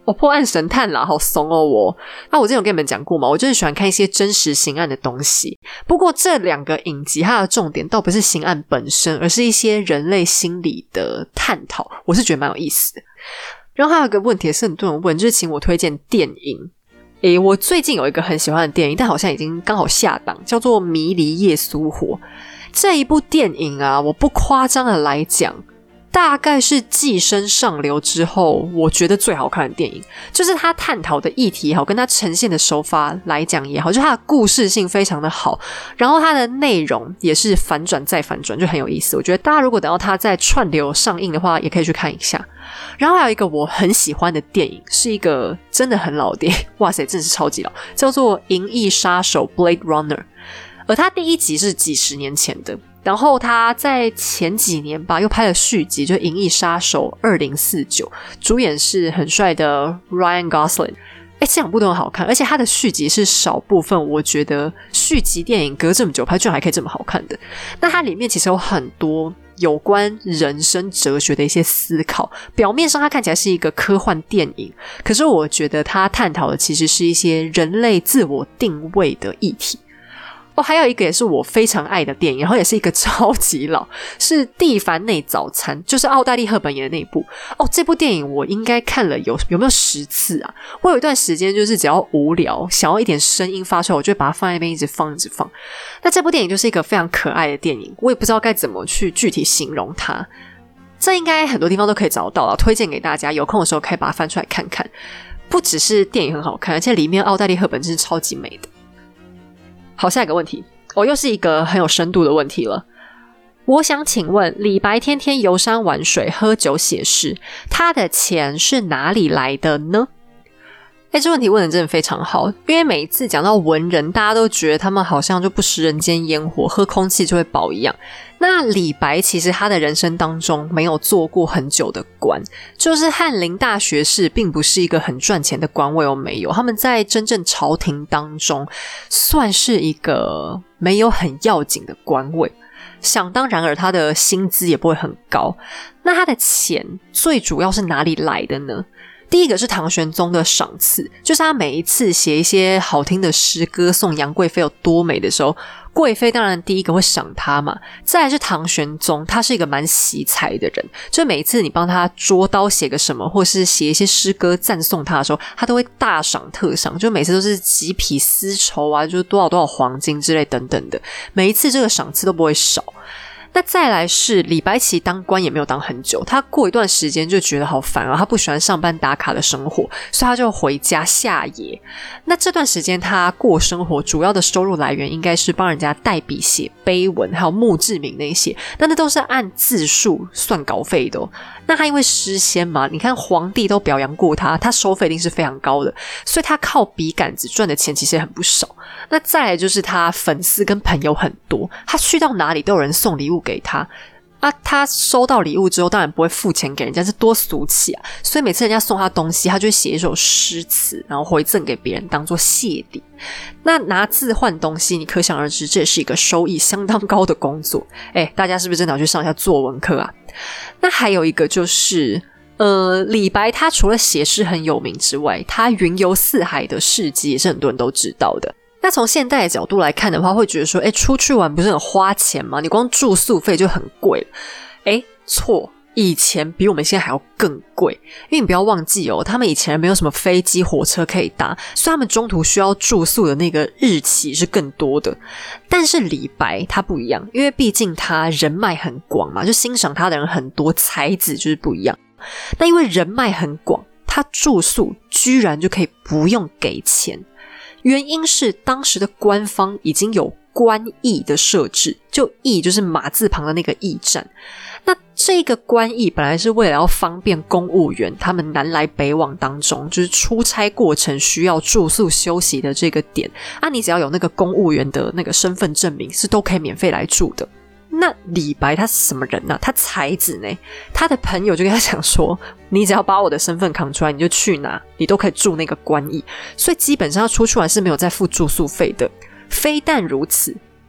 破案神探啦，好怂哦我。我之前有跟你们讲过嘛，我就是喜欢看一些真实刑案的东西。不过这2个影集它的重点倒不是刑案本身，而是一些人类心理的探讨，我是觉得蛮有意思的。然后还有一个问题是很多人问，就是请我推荐电影。我最近有一个很喜欢的电影，但好像已经刚好下档，叫做《迷离夜苏活》。这一部电影啊，我不夸张的来讲，大概是寄生上流之后我觉得最好看的电影。就是他探讨的议题也好，跟他呈现的手法来讲也好，就他的故事性非常的好，然后他的内容也是反转再反转，就很有意思。我觉得大家如果等到他在串流上映的话，也可以去看一下。然后还有一个我很喜欢的电影，是一个真的很老的电影，哇塞，真的是超级老，叫做《银翼杀手》 Blade Runner。而他第1集是几十年前的，然后他在前几年吧又拍了续集，就《银翼杀手2049》，主演是很帅的 Ryan Gosling。这2部都很好看，而且他的续集是少部分我觉得续集电影隔这么久拍居然还可以这么好看的。那它里面其实有很多有关人生哲学的一些思考，表面上它看起来是一个科幻电影，可是我觉得它探讨的其实是一些人类自我定位的议题。还有一个也是我非常爱的电影，然后也是一个超级老，是《蒂凡内早餐》，就是奥黛丽·赫本演的那一部。这部电影我应该看了有没有10次啊？我有一段时间就是只要无聊，想要一点声音发出来，我就会把它放在那边一直放一直放。那这部电影就是一个非常可爱的电影，我也不知道该怎么去具体形容它。这应该很多地方都可以找到啦，推荐给大家，有空的时候可以把它翻出来看看。不只是电影很好看，而且里面奥黛丽·赫本真是超级美的。好，下一个问题，又是一个很有深度的问题了。我想请问，李白天天游山玩水，喝酒写诗，他的钱是哪里来的呢？这问题问得真的非常好，因为每一次讲到文人，大家都觉得他们好像就不食人间烟火，喝空气就会饱一样。那李白其实他的人生当中没有做过很久的官，就是翰林大学士并不是一个很赚钱的官位没有，他们在真正朝廷当中算是一个没有很要紧的官位，想当然而他的薪资也不会很高。那他的钱最主要是哪里来的呢？第一个是唐玄宗的赏赐，就是他每一次写一些好听的诗歌颂杨贵妃有多美的时候，贵妃当然第一个会赏他嘛。再来是唐玄宗，他是一个蛮惜才的人，就每一次你帮他捉刀写个什么，或是写一些诗歌赞颂他的时候，他都会大赏特赏，就每次都是几匹丝绸啊，就是多少多少黄金之类等等的，每一次这个赏赐都不会少。那再来是李白其实当官也没有当很久，他过一段时间就觉得好烦啊，他不喜欢上班打卡的生活，所以他就回家下野。那这段时间他过生活主要的收入来源应该是帮人家代笔写碑文还有墓志铭那些，那都是按字数算稿费的那他因为诗仙嘛，你看皇帝都表扬过他，他收费一定是非常高的，所以他靠笔杆子赚的钱其实也很不少。那再来就是他粉丝跟朋友很多，他去到哪里都有人送礼物给他他收到礼物之后当然不会付钱给人家，是多俗气啊！所以每次人家送他东西，他就会写一首诗词，然后回赠给别人当做谢礼。那拿字换东西，你可想而知，这也是一个收益相当高的工作。大家是不是真的要去上一下作文课啊？那还有一个就是李白他除了写诗很有名之外，他云游四海的事迹也是很多人都知道的。那从现代的角度来看的话，会觉得说出去玩不是很花钱吗？你光住宿费就很贵了。错，以前比我们现在还要更贵，因为你不要忘记他们以前没有什么飞机火车可以搭，所以他们中途需要住宿的那个日期是更多的。但是李白他不一样，因为毕竟他人脉很广嘛，就欣赏他的人很多，才子就是不一样。那因为人脉很广，他住宿居然就可以不用给钱，原因是当时的官方已经有官驿的设置，就驿就是马字旁的那个驿站。那这个官驿本来是为了要方便公务员他们南来北往当中，就是出差过程需要住宿休息的这个点你只要有那个公务员的那个身份证明，是都可以免费来住的。那李白他是什么人啊？他才子呢？他的朋友就跟他讲说，你只要把我的身份扛出来，你就去哪你都可以住那个官驿，所以基本上他出去玩是没有再付住宿费的。非但如此，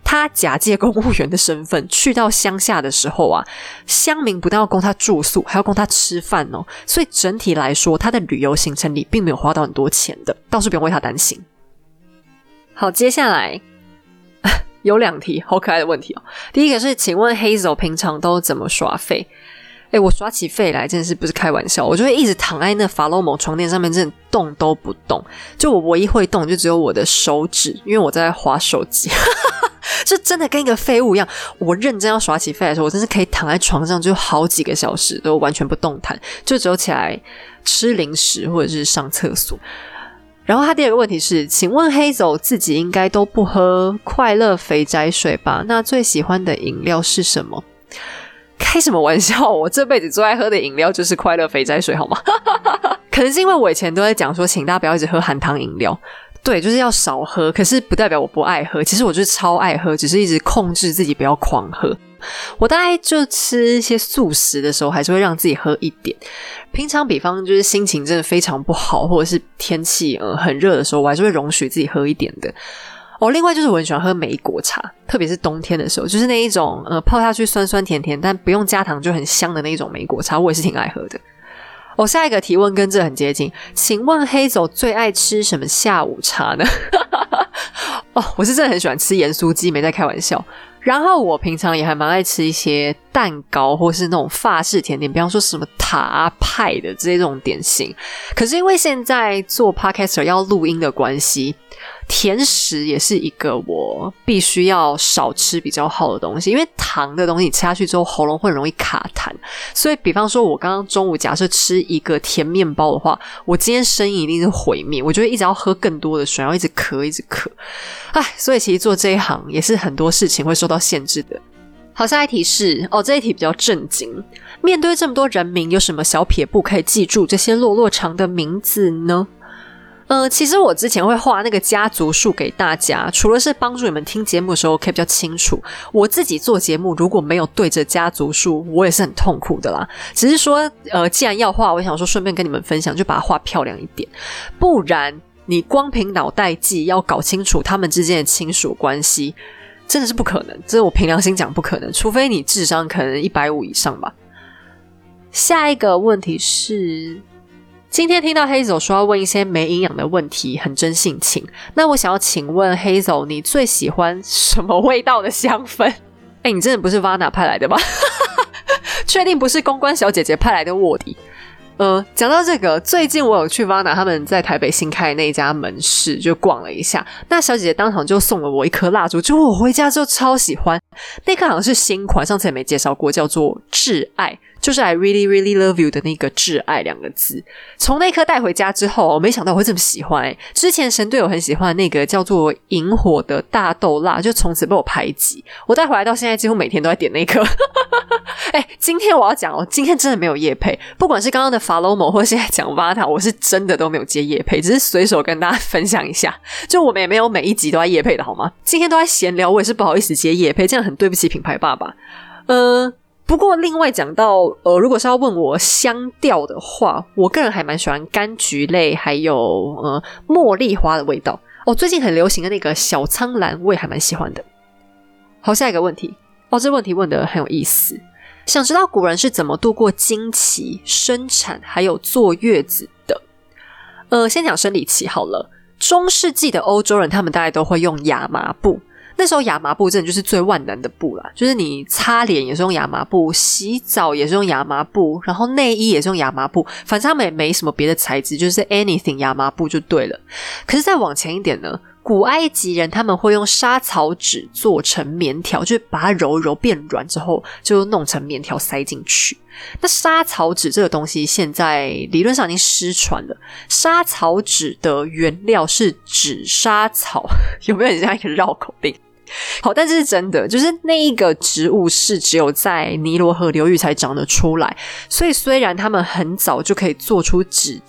他假借公务员的身份去到乡下的时候啊，乡民不但要供他住宿，还要供他吃饭哦，所以整体来说他的旅游行程里并没有花到很多钱的，倒是不用为他担心。好，接下来有2题好可爱的问题哦。第一个是请问 Hazel 平常都怎么耍废？我耍起废来真的是不是开玩笑，我就会一直躺在那法洛蒙床垫上面，真的动都不动，就我唯一会动就只有我的手指，因为我在滑手机就真的跟一个废物一样。我认真要耍起废来的时候，我真是可以躺在床上就好几个小时都完全不动弹，就只有起来吃零食或者是上厕所。然后他第二个问题是，请问 Hazel 自己应该都不喝快乐肥宅水吧？那最喜欢的饮料是什么？开什么玩笑，我这辈子最爱喝的饮料就是快乐肥宅水好吗？可能是因为我以前都在讲说请大家不要一直喝含糖饮料，对，就是要少喝，可是不代表我不爱喝，其实我就是超爱喝，只是一直控制自己不要狂喝。我大概就吃一些素食的时候还是会让自己喝一点，平常比方就是心情真的非常不好或者是天气很热的时候，我还是会容许自己喝一点的。另外就是我很喜欢喝莓果茶，特别是冬天的时候，就是那一种泡下去酸酸甜甜但不用加糖就很香的那一种莓果茶，我也是挺爱喝的。下一个提问跟这很接近，请问 Hazel 最爱吃什么下午茶呢？我是真的很喜欢吃盐酥鸡，没在开玩笑。然后我平常也还蛮爱吃一些蛋糕或是那种法式甜点，比方说什么塔派的这种点心。可是因为现在做 podcaster 要录音的关系，甜食也是一个我必须要少吃比较好的东西，因为糖的东西你吃下去之后喉咙会很容易卡痰，所以比方说我刚刚中午假设吃一个甜面包的话，我今天生意一定是毁灭，我就会一直要喝更多的水，然后一直咳一直咳。所以其实做这一行也是很多事情会受到限制的。好，下一题是这一题比较震惊，面对这么多人名，有什么小撇步可以记住这些落落长的名字呢？其实我之前会画那个家族树给大家，除了是帮助你们听节目的时候可以比较清楚，我自己做节目如果没有对着家族树，我也是很痛苦的啦。只是说既然要画，我想说顺便跟你们分享，就把它画漂亮一点，不然你光凭脑袋记要搞清楚他们之间的亲属关系真的是不可能，这是我凭良心讲不可能，除非你智商可能150以上吧。下一个问题是，今天听到 Hazel 说要问一些没营养的问题，很真性情，那我想要请问 Hazel 你最喜欢什么味道的香氛？你真的不是 Vana 派来的吧？确定不是公关小姐姐派来的卧底？讲到这个，最近我有去 Vana 他们在台北新开的那一家门市就逛了一下，那小姐姐当场就送了我一颗蜡烛，就我回家之后超喜欢，那颗好像是新款，上次也没介绍过，叫做挚爱，就是 I really really love you 的那个挚爱2个字。从那颗带回家之后，我没想到我会这么喜欢之前神队友很喜欢的那个叫做萤火的大豆蜡，就从此被我排挤，我带回来到现在几乎每天都在点那颗。今天我要讲今天真的没有业配，不管是刚刚的 Follow 或现在讲 Vana， 我是真的都没有接业配，只是随手跟大家分享一下，就我们也没有每一集都在业配的好吗？今天都在闲聊，我也是不好意思接业配，这样很对不起品牌爸爸。不过另外讲到如果是要问我香调的话，我个人还蛮喜欢柑橘类还有茉莉花的味道最近很流行的那个小苍兰我也还蛮喜欢的。好，下一个问题这问题问得很有意思，想知道古人是怎么度过经期、生产还有坐月子的。先讲生理期好了，中世纪的欧洲人他们大概都会用亚麻布，那时候亚麻布真的就是最万能的布啦，就是你擦脸也是用亚麻布，洗澡也是用亚麻布，然后内衣也是用亚麻布，反正他们也没什么别的材质，就是 anything 亚麻布就对了。可是再往前一点呢，古埃及人他们会用莎草纸做成棉条，就是把它揉一揉变软之后就弄成棉条塞进去。那莎草纸这个东西现在理论上已经失传了，莎草纸的原料是纸莎草，有没有很像一个绕口令？好，但这是真的，就是那一个植物是只有在尼罗河流域才长得出来，所以虽然他们很早就可以做出纸张，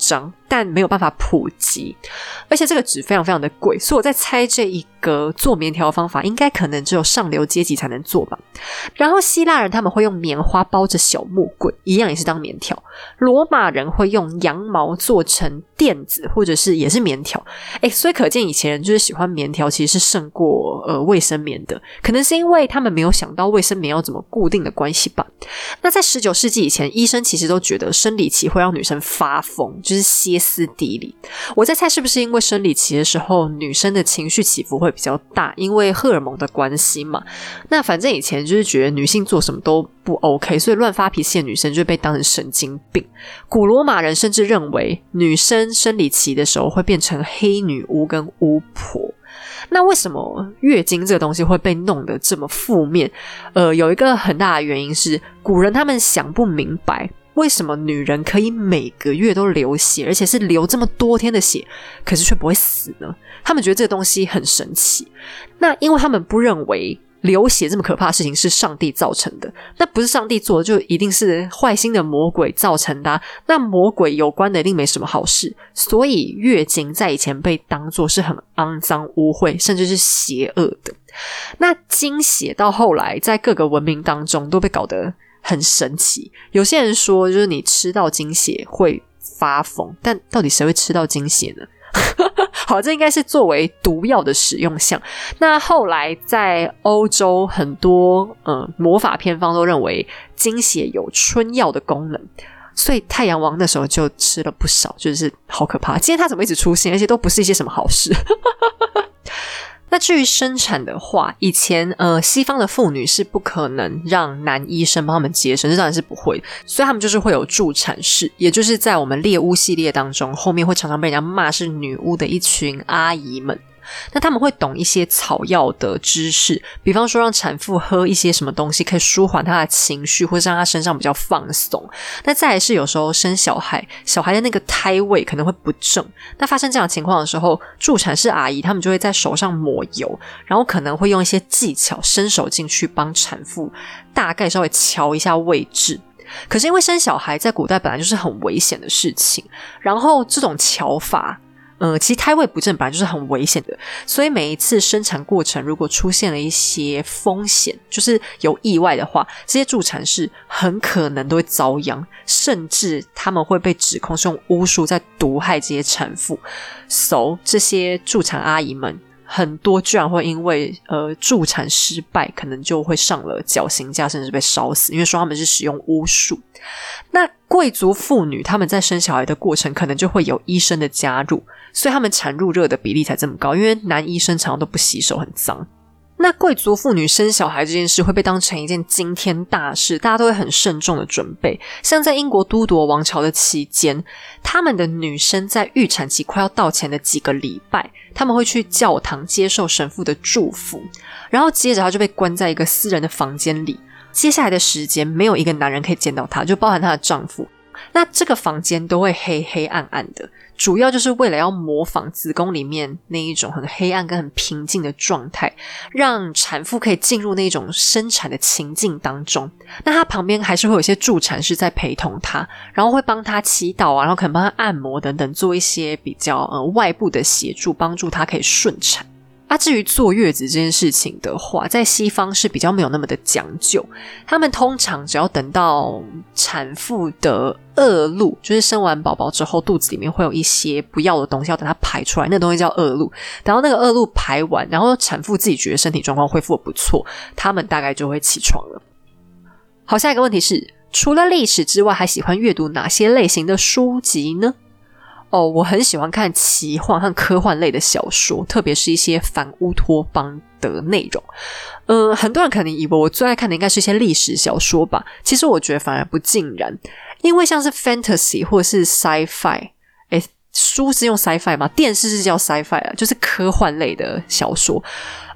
但没有办法普及，而且这个纸非常非常的贵，所以我在猜这一个做棉条的方法应该可能只有上流阶级才能做吧。然后希腊人他们会用棉花包着小木棍，一样也是当棉条。罗马人会用羊毛做成垫子，或者是也是棉条。所以可见以前人就是喜欢棉条其实是胜过卫生棉的，可能是因为他们没有想到卫生棉要怎么固定的关系吧。那在19世纪以前，医生其实都觉得生理期会让女生发疯，就是歇斯底里。我在猜是不是因为生理期的时候女生的情绪起伏会比较大，因为荷尔蒙的关系嘛。那反正以前就是觉得女性做什么都不 OK， 所以乱发脾气的女生就被当成神经病。古罗马人甚至认为女生生理期的时候会变成黑女巫跟巫婆。那为什么月经这个东西会被弄得这么负面？有一个很大的原因是古人他们想不明白为什么女人可以每个月都流血，而且是流这么多天的血，可是却不会死呢？他们觉得这个东西很神奇。那因为他们不认为流血这么可怕的事情是上帝造成的，那不是上帝做的就一定是坏心的魔鬼造成的那魔鬼有关的一定没什么好事。所以月经在以前被当作是很肮脏污秽甚至是邪恶的。那经血到后来在各个文明当中都被搞得很神奇。有些人说就是你吃到经血会发疯，但到底谁会吃到经血呢？好，这应该是作为毒药的使用项。那后来在欧洲很多魔法偏方都认为经血有春药的功能，所以太阳王那时候就吃了不少，就是好可怕。今天他怎么一直出现，而且都不是一些什么好事。那至于生产的话，以前西方的妇女是不可能让男医生帮他们接生，这当然是不会，所以他们就是会有助产士，也就是在我们猎巫系列当中后面会常常被人家骂是女巫的一群阿姨们。那他们会懂一些草药的知识，比方说让产妇喝一些什么东西可以舒缓她的情绪，或是让她身上比较放松。那再来是有时候生小孩的那个胎位可能会不正，那发生这样的情况的时候，助产士阿姨他们就会在手上抹油，然后可能会用一些技巧伸手进去帮产妇大概稍微瞧一下位置。可是因为生小孩在古代本来就是很危险的事情，然后这种瞧法其实胎位不正本来就是很危险的，所以每一次生产过程如果出现了一些风险，就是有意外的话，这些助产士很可能都会遭殃，甚至他们会被指控是用巫术在毒害这些产妇。So 这些助产阿姨们很多居然会因为助产失败可能就会上了绞刑架，甚至被烧死，因为说他们是使用巫术。那贵族妇女他们在生小孩的过程可能就会有医生的加入，所以他们产褥热的比例才这么高，因为男医生常常都不洗手，很脏。那贵族妇女生小孩这件事会被当成一件惊天大事，大家都会很慎重的准备。像在英国都铎王朝的期间，他们的女生在预产期快要到前的几个礼拜，他们会去教堂接受神父的祝福，然后接着她就被关在一个私人的房间里，接下来的时间没有一个男人可以见到她，就包含她的丈夫。那这个房间都会黑黑暗暗的，主要就是为了要模仿子宫里面那一种很黑暗跟很平静的状态，让产妇可以进入那种生产的情境当中。那她旁边还是会有一些助产士在陪同她，然后会帮她祈祷然后可能帮她按摩等等，做一些比较外部的协助，帮助她可以顺产。至于坐月子这件事情的话，在西方是比较没有那么的讲究，他们通常只要等到产妇的恶露，就是生完宝宝之后肚子里面会有一些不要的东西要等它排出来，那东西叫恶露。等到那个恶露排完，然后产妇自己觉得身体状况恢复得不错，他们大概就会起床了。好，下一个问题是，除了历史之外还喜欢阅读哪些类型的书籍呢？我很喜欢看奇幻和科幻类的小说，特别是一些反乌托邦的内容。很多人可能以为我最爱看的应该是一些历史小说吧，其实我觉得反而不尽然，因为像是 fantasy 或者是 sci-fi， 书是用 sci-fi 吗？电视是叫 sci-fi 就是科幻类的小说。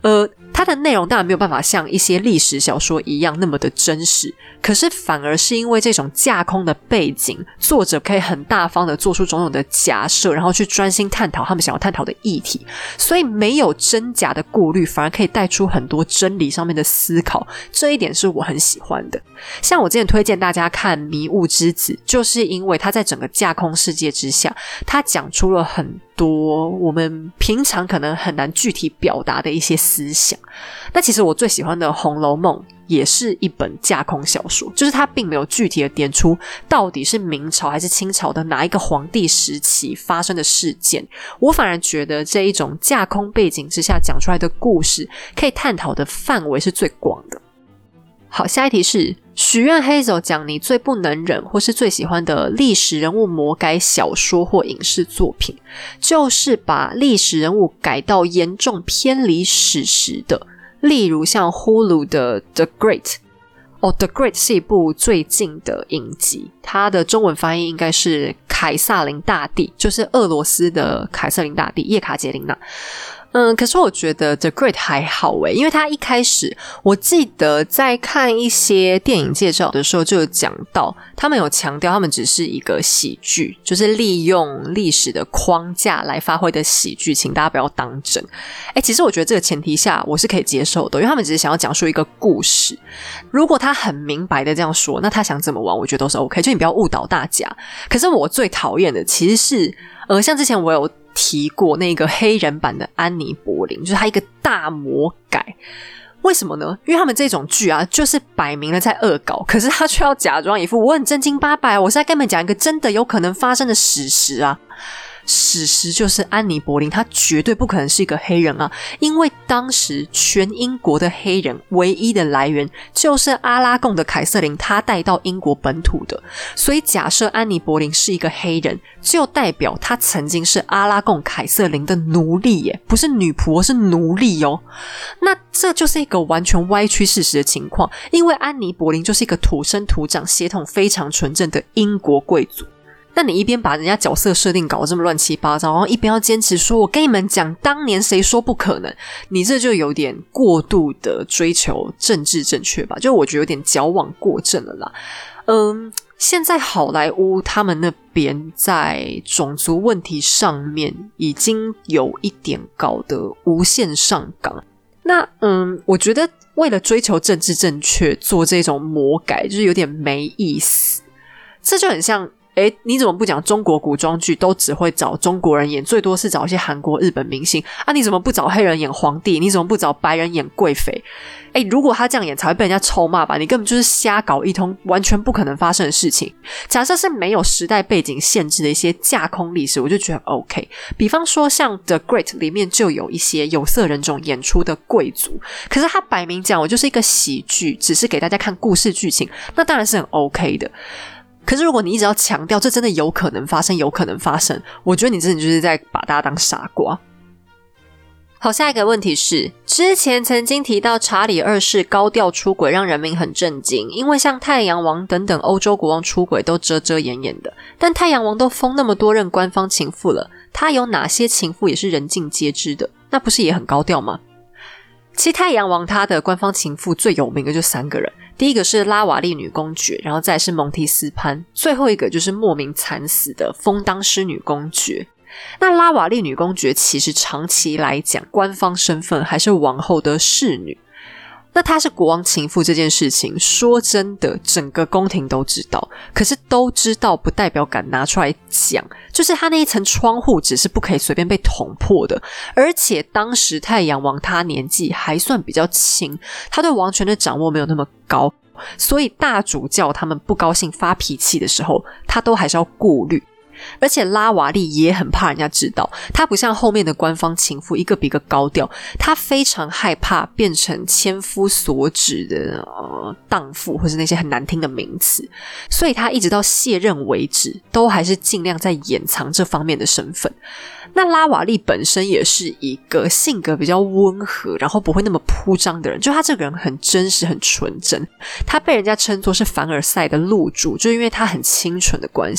它的内容当然没有办法像一些历史小说一样那么的真实，可是反而是因为这种架空的背景，作者可以很大方的做出种种的假设，然后去专心探讨他们想要探讨的议题，所以没有真假的顾虑，反而可以带出很多真理上面的思考，这一点是我很喜欢的。像我之前推荐大家看《迷雾之子》，就是因为他在整个架空世界之下，他讲出了很多我们平常可能很难具体表达的一些思想。那其实我最喜欢的《红楼梦》也是一本架空小说，就是它并没有具体的点出到底是明朝还是清朝的哪一个皇帝时期发生的事件，我反而觉得这一种架空背景之下讲出来的故事可以探讨的范围是最广的。好，下一题是许愿黑手讲你最不能忍或是最喜欢的历史人物魔改小说或影视作品，就是把历史人物改到严重偏离史实的，例如像 Hulu 的 The Great。The Great 是一部最近的影集，它的中文翻译应该是凯撒琳大帝，就是俄罗斯的凯瑟琳大帝叶卡捷琳娜。可是我觉得 The Great 还好因为他一开始我记得在看一些电影介绍的时候就有讲到，他们有强调他们只是一个喜剧，就是利用历史的框架来发挥的喜剧，请大家不要当真。其实我觉得这个前提下我是可以接受的，因为他们只是想要讲述一个故事，如果他很明白的这样说，那他想怎么玩我觉得都是 OK， 就你不要误导大家。可是我最讨厌的其实是像之前我有提过那个黑人版的安妮柏林，就是他一个大魔改。为什么呢？因为他们这种剧啊，就是摆明了在恶搞，可是他却要假装一副我很正经八百，我是在跟你们讲一个真的有可能发生的史实啊。史实就是安妮柏林她绝对不可能是一个黑人啊，因为当时全英国的黑人唯一的来源就是阿拉贡的凯瑟琳她带到英国本土的，所以假设安妮柏林是一个黑人，就代表她曾经是阿拉贡凯瑟琳的奴隶耶，不是女仆，是奴隶哦。那这就是一个完全歪曲事实的情况，因为安妮柏林就是一个土生土长血统非常纯正的英国贵族，那你一边把人家角色设定搞得这么乱七八糟，然后一边要坚持说我跟你们讲当年谁说不可能，你这就有点过度的追求政治正确吧，就我觉得有点矫枉过正了啦。现在好莱坞他们那边在种族问题上面已经有一点搞得无限上纲，那我觉得为了追求政治正确做这种魔改就是有点没意思。这就很像你怎么不讲中国古装剧都只会找中国人演，最多是找一些韩国日本明星啊？你怎么不找黑人演皇帝？你怎么不找白人演贵妃？如果他这样演才会被人家臭骂吧，你根本就是瞎搞一通完全不可能发生的事情。假设是没有时代背景限制的一些架空历史，我就觉得 OK。比方说像 The Great 里面就有一些有色人种演出的贵族，可是他摆明讲我就是一个喜剧，只是给大家看故事剧情，那当然是很 OK 的。可是如果你一直要强调这真的有可能发生，有可能发生，我觉得你真的就是在把大家当傻瓜。好，下一个问题是，之前曾经提到查理二世高调出轨让人民很震惊，因为像太阳王等等欧洲国王出轨都遮遮掩掩的，但太阳王都封那么多任官方情妇了，他有哪些情妇也是人尽皆知的，那不是也很高调吗？其实太阳王他的官方情妇最有名的就3个人，第一个是拉瓦利女公爵，然后再来是蒙提斯潘，最后一个就是莫名惨死的丰当施女公爵。那拉瓦利女公爵其实长期来讲官方身份还是王后的侍女，那她是国王情妇这件事情说真的整个宫廷都知道，可是都知道不代表敢拿出来讲，就是她那一层窗户只是不可以随便被捅破的。而且当时太阳王他年纪还算比较轻，他对王权的掌握没有那么高，所以大主教他们不高兴发脾气的时候他都还是要顾虑。而且拉瓦利也很怕人家知道，他不像后面的官方情妇一个比一个高调，他非常害怕变成千夫所指的荡妇或是那些很难听的名词，所以他一直到卸任为止都还是尽量在掩藏这方面的身份。那拉瓦利本身也是一个性格比较温和，然后不会那么铺张的人，就他这个人很真实很纯真，他被人家称作是凡尔赛的露珠，就因为他很清纯的关系。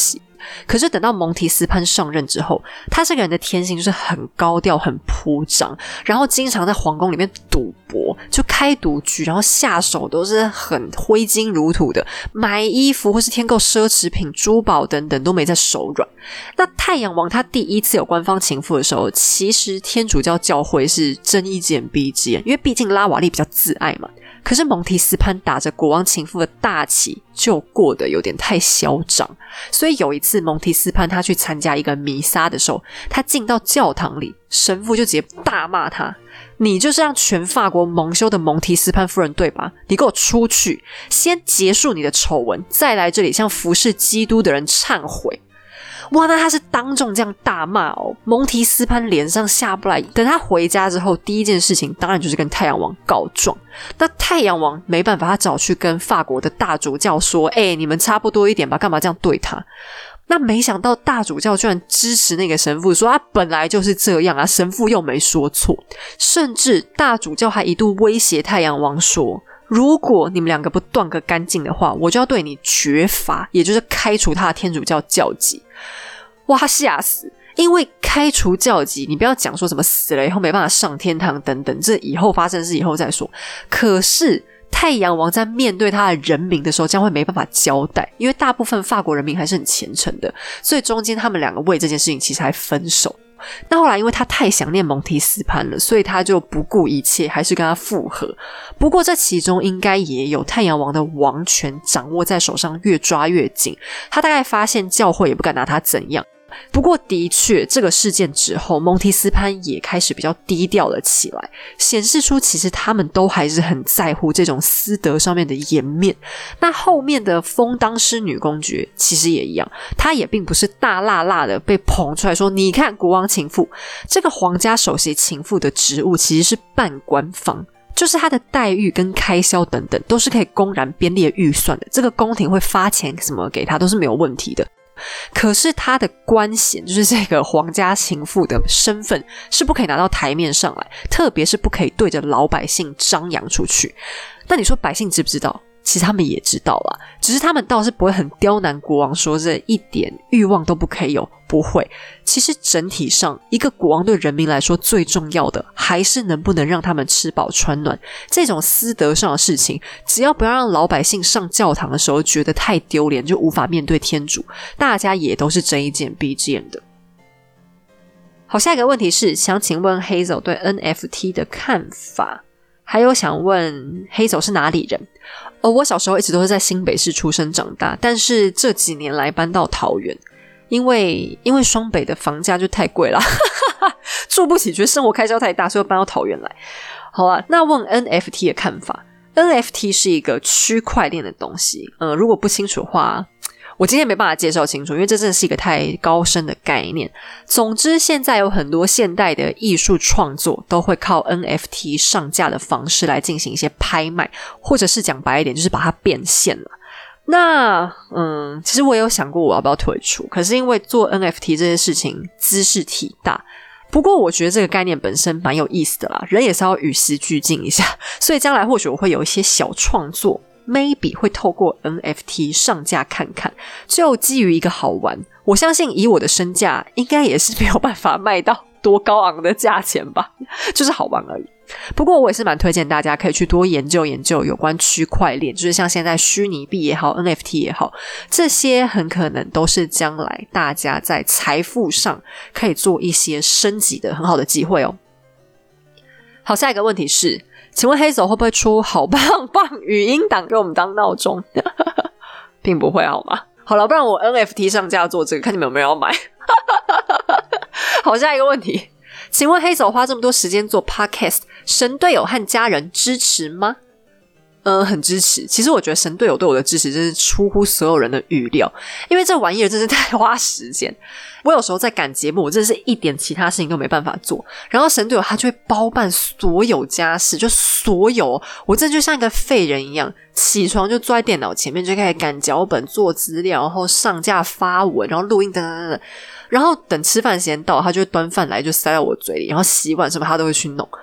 可是等到蒙提斯潘上任之后，他这个人的天性就是很高调很铺张，然后经常在皇宫里面赌博，就开赌局，然后下手都是很挥金如土的，买衣服或是添购奢侈品珠宝等等都没在手软。那太阳王他第一次有官方情妇的时候，其实天主教教会是睁一只眼闭一只眼，因为毕竟拉瓦利比较自爱嘛。可是蒙提斯潘打着国王情妇的大旗就过得有点太嚣张，所以有一次蒙提斯潘他去参加一个弥撒的时候，他进到教堂里，神父就直接大骂他，你就是让全法国蒙羞的蒙提斯潘夫人对吧？你给我出去，先结束你的丑闻，再来这里向服侍基督的人忏悔。哇，那他是当众这样大骂哦，蒙提斯潘脸上下不来。等他回家之后，第一件事情当然就是跟太阳王告状。那太阳王没办法，他找去跟法国的大主教说，你们差不多一点吧，干嘛这样对他？那没想到大主教居然支持那个神父，说他本来就是这样啊，神父又没说错。甚至大主教还一度威胁太阳王说，如果你们两个不断个干净的话，我就要对你绝罚，也就是开除他的天主教教籍。哇，他吓死！因为开除教籍，你不要讲说什么死了以后没办法上天堂等等，这以后发生的事以后再说。可是太阳王在面对他的人民的时候将会没办法交代，因为大部分法国人民还是很虔诚的，所以中间他们两个为这件事情其实还分手。那后来因为他太想念蒙提斯潘了，所以他就不顾一切还是跟他复合。不过这其中应该也有太阳王的王权掌握在手上越抓越紧，他大概发现教会也不敢拿他怎样。不过的确这个事件之后，蒙提斯潘也开始比较低调了起来，显示出其实他们都还是很在乎这种私德上面的颜面。那后面的封当施女公爵其实也一样，她也并不是大辣辣的被捧出来说，你看国王情妇，这个皇家首席情妇的职务其实是半官方，就是他的待遇跟开销等等都是可以公然编列预算的，这个宫廷会发钱什么给他都是没有问题的。可是他的官衔，就是这个皇家情妇的身份是不可以拿到台面上来，特别是不可以对着老百姓张扬出去。那你说百姓知不知道？其实他们也知道啦，只是他们倒是不会很刁难国王说这一点欲望都不可以有，不会。其实整体上一个国王对人民来说最重要的还是能不能让他们吃饱穿暖，这种私德上的事情只要不要让老百姓上教堂的时候觉得太丢脸，就无法面对天主，大家也都是睁一只眼闭一只眼的。好，下一个问题是想请问 Hazel 对 NFT 的看法，还有想问 Hazel 是哪里人。我小时候一直都是在新北市出生长大，但是这几年来搬到桃园，因为双北的房价就太贵了住不起，觉得生活开销太大，所以搬到桃园来。好啊，那问 NFT 的看法。 NFT 是一个区块链的东西，如果不清楚的话我今天没办法介绍清楚，因为这真的是一个太高深的概念。总之现在有很多现代的艺术创作都会靠 NFT 上架的方式来进行一些拍卖，或者是讲白一点就是把它变现了。那其实我也有想过我要不要退出，可是因为做 NFT 这件事情茲事体大，不过我觉得这个概念本身蛮有意思的啦，人也是要与时俱进一下，所以将来或许我会有一些小创作maybe 会透过 NFT 上架看看，就基于一个好玩，我相信以我的身价应该也是没有办法卖到多高昂的价钱吧，就是好玩而已。不过我也是蛮推荐大家可以去多研究研究有关区块链，就是像现在虚拟币也好 NFT 也好，这些很可能都是将来大家在财富上可以做一些升级的很好的机会哦。好，下一个问题是请问 Hazel 会不会出好棒棒语音档给我们当闹钟并不会好吗？好了，不然我 NFT 上架做这个，看你们有没有要买好，下一个问题，请问 Hazel 花这么多时间做 Podcast， 神队友和家人支持吗？很支持。其实我觉得神队友对我的支持真是出乎所有人的预料，因为这玩意儿真是太花时间。我有时候在赶节目，我真的是一点其他事情都没办法做，然后神队友他就会包办所有家事，就所有，我真的就像一个废人一样，起床就坐在电脑前面就开始赶脚本做资料，然后上架发文，然后录音等等等，然后等吃饭时间到他就会端饭来就塞到我嘴里，然后洗碗什么他都会去弄。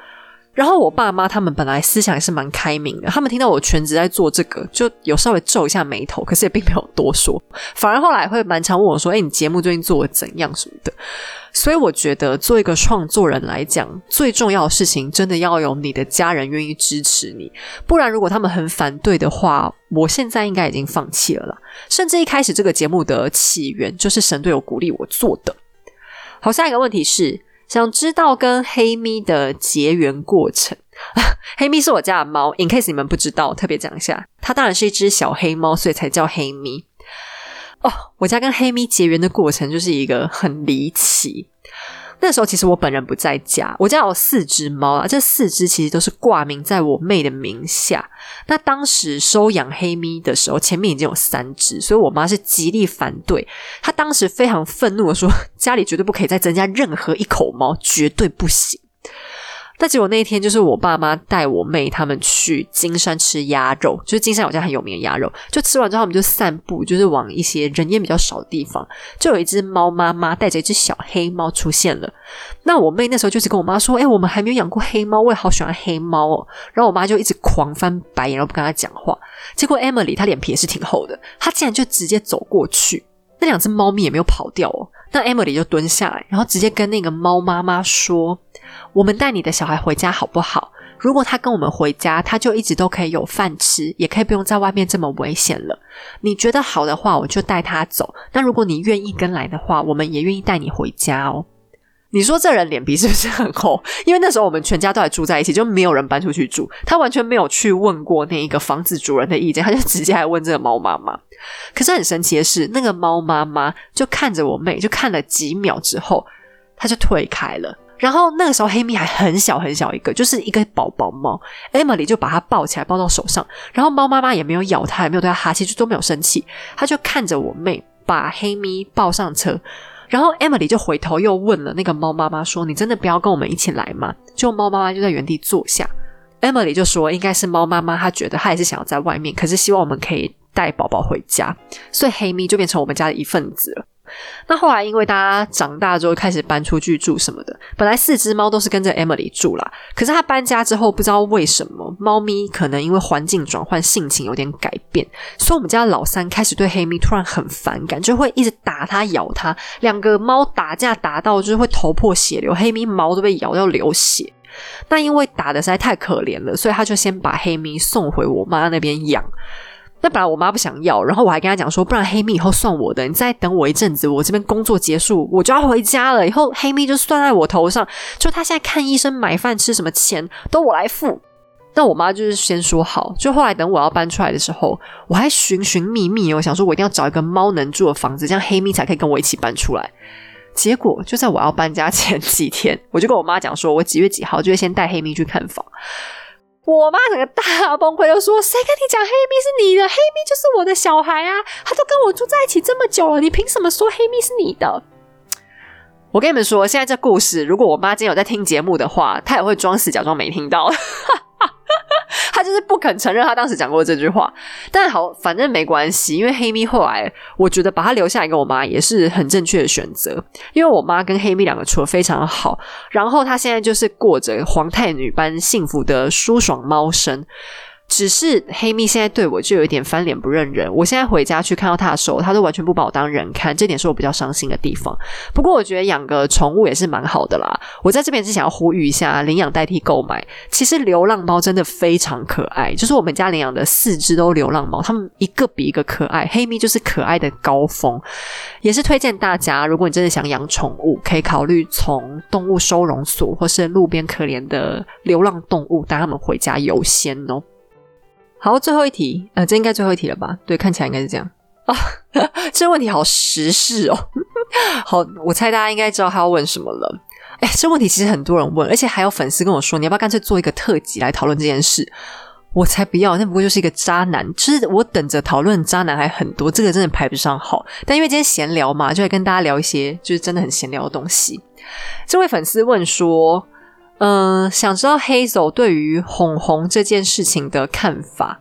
然后我爸妈他们本来思想也是蛮开明的，他们听到我全职在做这个，就有稍微皱一下眉头，可是也并没有多说，反而后来会蛮常问我说你节目最近做得怎样什么的。所以我觉得做一个创作人来讲，最重要的事情真的要有你的家人愿意支持你，不然如果他们很反对的话，我现在应该已经放弃了啦。甚至一开始这个节目的起源就是神队友鼓励我做的。好，下一个问题是想知道跟黑咪的结缘过程。黑咪是我家的猫 in case 你们不知道，特别讲一下，它当然是一只小黑猫，所以才叫黑咪。我家跟黑咪结缘的过程就是一个很离奇。那时候其实我本人不在家，我家有4只猫啊，这4只其实都是挂名在我妹的名下。那当时收养黑咪的时候，前面已经有3只，所以我妈是极力反对。她当时非常愤怒的说，家里绝对不可以再增加任何一口猫，绝对不行。但结果那一天就是我爸妈带我妹他们去金山吃鸭肉，就是金山有家很有名的鸭肉，就吃完之后他们就散步，就是往一些人烟比较少的地方，就有一只猫妈妈带着一只小黑猫出现了。那我妹那时候就是跟我妈说我们还没有养过黑猫，我也好喜欢黑猫哦。然后我妈就一直狂翻白眼，然后不跟她讲话。结果 Emily 她脸皮也是挺厚的，她竟然就直接走过去，那2只猫咪也没有跑掉哦。那 Emily 就蹲下来，然后直接跟那个猫妈妈说，我们带你的小孩回家好不好？如果他跟我们回家，他就一直都可以有饭吃，也可以不用在外面这么危险了。你觉得好的话，我就带他走。那如果你愿意跟来的话，我们也愿意带你回家哦。你说这人脸皮是不是很厚？因为那时候我们全家都还住在一起，就没有人搬出去住，他完全没有去问过那一个房子主人的意见，他就直接来问这个猫妈妈。可是很神奇的是，那个猫妈妈就看着我妹，就看了几秒之后，他就退开了。然后那个时候黑咪还很小很小一个，就是一个宝宝猫， Emily 就把它抱起来抱到手上，然后猫妈妈也没有咬它，也没有对它哈气，就都没有生气，他就看着我妹把黑咪抱上车。然后 Emily 就回头又问了那个猫妈妈说，你真的不要跟我们一起来吗？就猫妈妈就在原地坐下。 Emily 就说应该是猫妈妈她觉得她也是想要在外面，可是希望我们可以带宝宝回家，所以黑咪就变成我们家的一份子了。那后来因为大家长大之后开始搬出去住什么的，本来4只猫都是跟着 Emily 住啦，可是她搬家之后不知道为什么猫咪可能因为环境转换性情有点改变，所以我们家老三开始对黑咪突然很反感，就会一直打它咬它，2个猫打架打到就是会头破血流，黑咪毛都被咬到流血。那因为打的实在太可怜了，所以他就先把黑咪送回我妈那边养。那本来我妈不想要，然后我还跟她讲说，不然黑咪以后算我的，你再等我一阵子，我这边工作结束我就要回家了，以后黑咪就算在我头上，就她现在看医生买饭吃什么钱都我来付。那我妈就是先说好，就后来等我要搬出来的时候，我还寻寻觅觅，我想说我一定要找一个猫能住的房子，这样黑咪才可以跟我一起搬出来。结果就在我要搬家前几天，我就跟我妈讲说，我几月几号就会先带黑咪去看房。我妈整个大崩溃，就说谁跟你讲黑咪是你的？黑咪就是我的小孩啊，他都跟我住在一起这么久了，你凭什么说黑咪是你的？我跟你们说，现在这故事如果我妈今天有在听节目的话，她也会装死假装没听到。他就是不肯承认他当时讲过这句话。但好，反正没关系，因为黑咪后来我觉得把他留下来跟我妈也是很正确的选择，因为我妈跟黑咪2个处得非常好，然后他现在就是过着皇太女般幸福的舒爽猫生。只是黑咪现在对我就有一点翻脸不认人，我现在回家去看到他的时候，他都完全不把我当人看，这点是我比较伤心的地方。不过我觉得养个宠物也是蛮好的啦，我在这边是想要呼吁一下，领养代替购买。其实流浪猫真的非常可爱，就是我们家领养的4只都流浪猫，它们一个比一个可爱，黑咪就是可爱的高峰。也是推荐大家，如果你真的想养宠物，可以考虑从动物收容所或是路边可怜的流浪动物带它们回家优先哦。好，最后一题，这应该最后一题了吧？对，看起来应该是这样啊。这个问题好时事哦。好，我猜大家应该知道他要问什么了。这问题其实很多人问，而且还有粉丝跟我说，你要不要干脆做一个特辑来讨论这件事？我才不要，那不过就是一个渣男，就是我等着讨论渣男还很多，这个真的排不上号。但因为今天闲聊嘛，就来跟大家聊一些就是真的很闲聊的东西。这位粉丝问说，想知道Hazel对于红红这件事情的看法。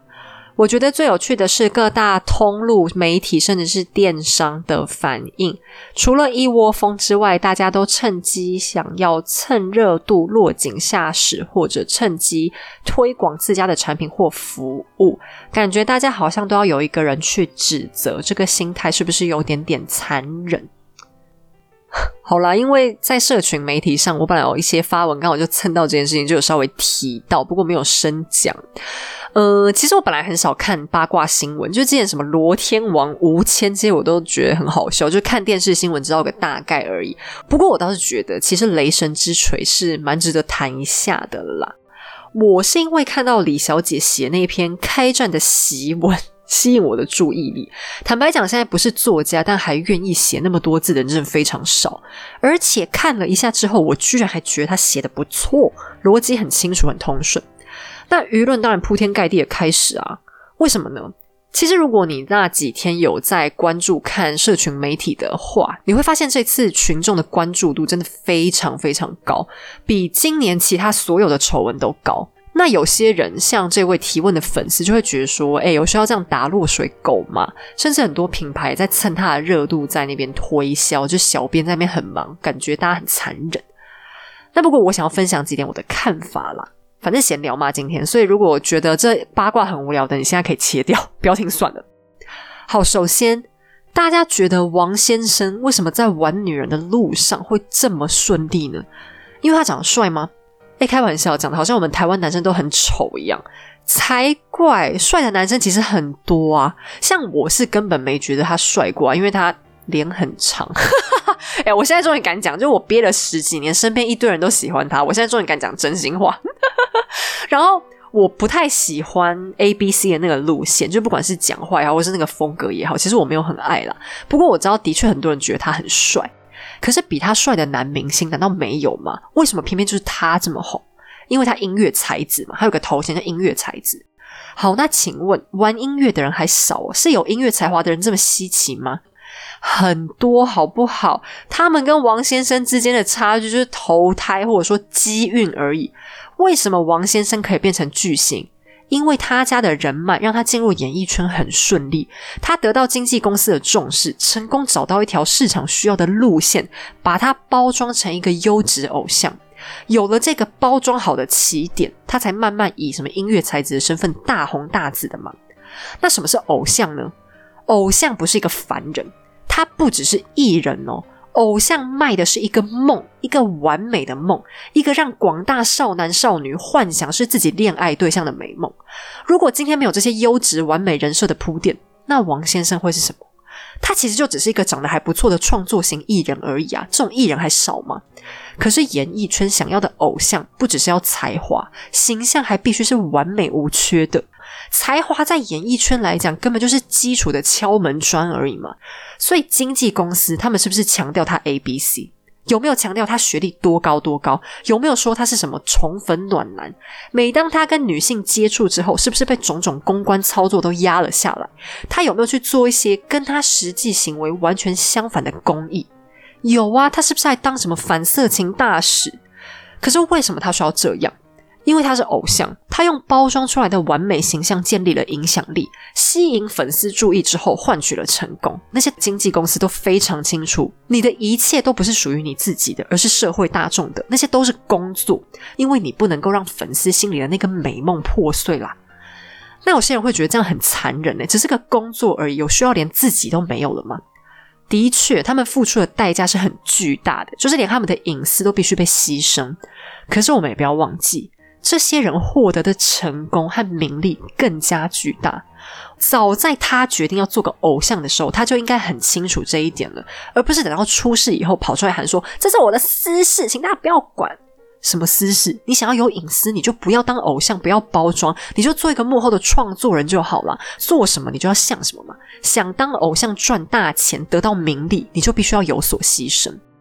我觉得最有趣的是各大通路媒体甚至是电商的反应，除了一窝蜂之外，大家都趁机想要蹭热度落井下石，或者趁机推广自家的产品或服务，感觉大家好像都要有一个人去指责，这个心态是不是有点点残忍？好啦，因为在社群媒体上我本来有一些发文刚好就蹭到这件事情，就有稍微提到，不过没有深讲。其实我本来很少看八卦新闻，就之前什么罗天王、吴谦这些我都觉得很好笑，就看电视新闻知道个大概而已。不过我倒是觉得其实雷神之锤是蛮值得谈一下的啦。我是因为看到李小姐写那篇开战的檄文吸引我的注意力。坦白讲，现在不是作家但还愿意写那么多字的人真的非常少，而且看了一下之后，我居然还觉得他写得不错，逻辑很清楚很通顺。那舆论当然铺天盖地的开始啊，为什么呢？其实如果你那几天有在关注看社群媒体的话，你会发现这次群众的关注度真的非常非常高，比今年其他所有的丑闻都高。那有些人像这位提问的粉丝就会觉得说，有需要这样打落水狗吗？甚至很多品牌在蹭他的热度在那边推销，就小编在那边很忙，感觉大家很残忍。那不过我想要分享几点我的看法啦，反正闲聊嘛今天，所以如果觉得这八卦很无聊的，你现在可以切掉，不要听算了。好，首先大家觉得王先生为什么在玩女人的路上会这么顺利呢？因为他长得帅吗？开玩笑，讲的好像我们台湾男生都很丑一样，才怪，帅的男生其实很多啊，像我是根本没觉得他帅过啊，因为他脸很长我现在终于敢讲，就我憋了10几年，身边一堆人都喜欢他，我现在终于敢讲真心话然后我不太喜欢 ABC 的那个路线，就不管是讲话也好，或是那个风格也好，其实我没有很爱啦。不过我知道的确很多人觉得他很帅，可是比他帅的男明星难道没有吗？为什么偏偏就是他这么红？因为他音乐才子嘛，他有个头衔叫音乐才子。好，那请问玩音乐的人还少是有音乐才华的人这么稀奇吗？很多好不好？他们跟王先生之间的差距就是投胎或者说机运而已。为什么王先生可以变成巨星？因为他家的人脉让他进入演艺圈很顺利，他得到经纪公司的重视，成功找到一条市场需要的路线，把它包装成一个优质偶像。有了这个包装好的起点，他才慢慢以什么音乐才子的身份大红大紫的嘛。那什么是偶像呢？偶像不是一个凡人，他不只是艺人哦，偶像卖的是一个梦，一个完美的梦，一个让广大少男少女幻想是自己恋爱对象的美梦。如果今天没有这些优质完美人设的铺垫，那王先生会是什么？他其实就只是一个长得还不错的创作型艺人而已啊，这种艺人还少吗？可是演艺圈想要的偶像不只是要才华，形象还必须是完美无缺的。才华在演艺圈来讲根本就是基础的敲门砖而已嘛。所以经纪公司他们是不是强调他 ABC？ 有没有强调他学历多高多高？有没有说他是什么宠粉暖男？每当他跟女性接触之后，是不是被种种公关操作都压了下来？他有没有去做一些跟他实际行为完全相反的公益？有啊，他是不是还当什么反色情大使？可是为什么他需要这样？因为他是偶像，他用包装出来的完美形象建立了影响力，吸引粉丝注意之后换取了成功。那些经纪公司都非常清楚，你的一切都不是属于你自己的，而是社会大众的，那些都是工作，因为你不能够让粉丝心里的那个美梦破碎啦。那有些人会觉得这样很残忍只是个工作而已，有需要连自己都没有了吗？的确，他们付出的代价是很巨大的，就是连他们的隐私都必须被牺牲。可是我们也不要忘记，这些人获得的成功和名利更加巨大。早在他决定要做个偶像的时候，他就应该很清楚这一点了，而不是等到出事以后跑出来喊说这是我的私事，请大家不要管。什么私事？你想要有隐私，你就不要当偶像，不要包装，你就做一个幕后的创作人就好了。做什么你就要像什么嘛。想当偶像赚大钱得到名利，你就必须要有所牺牲。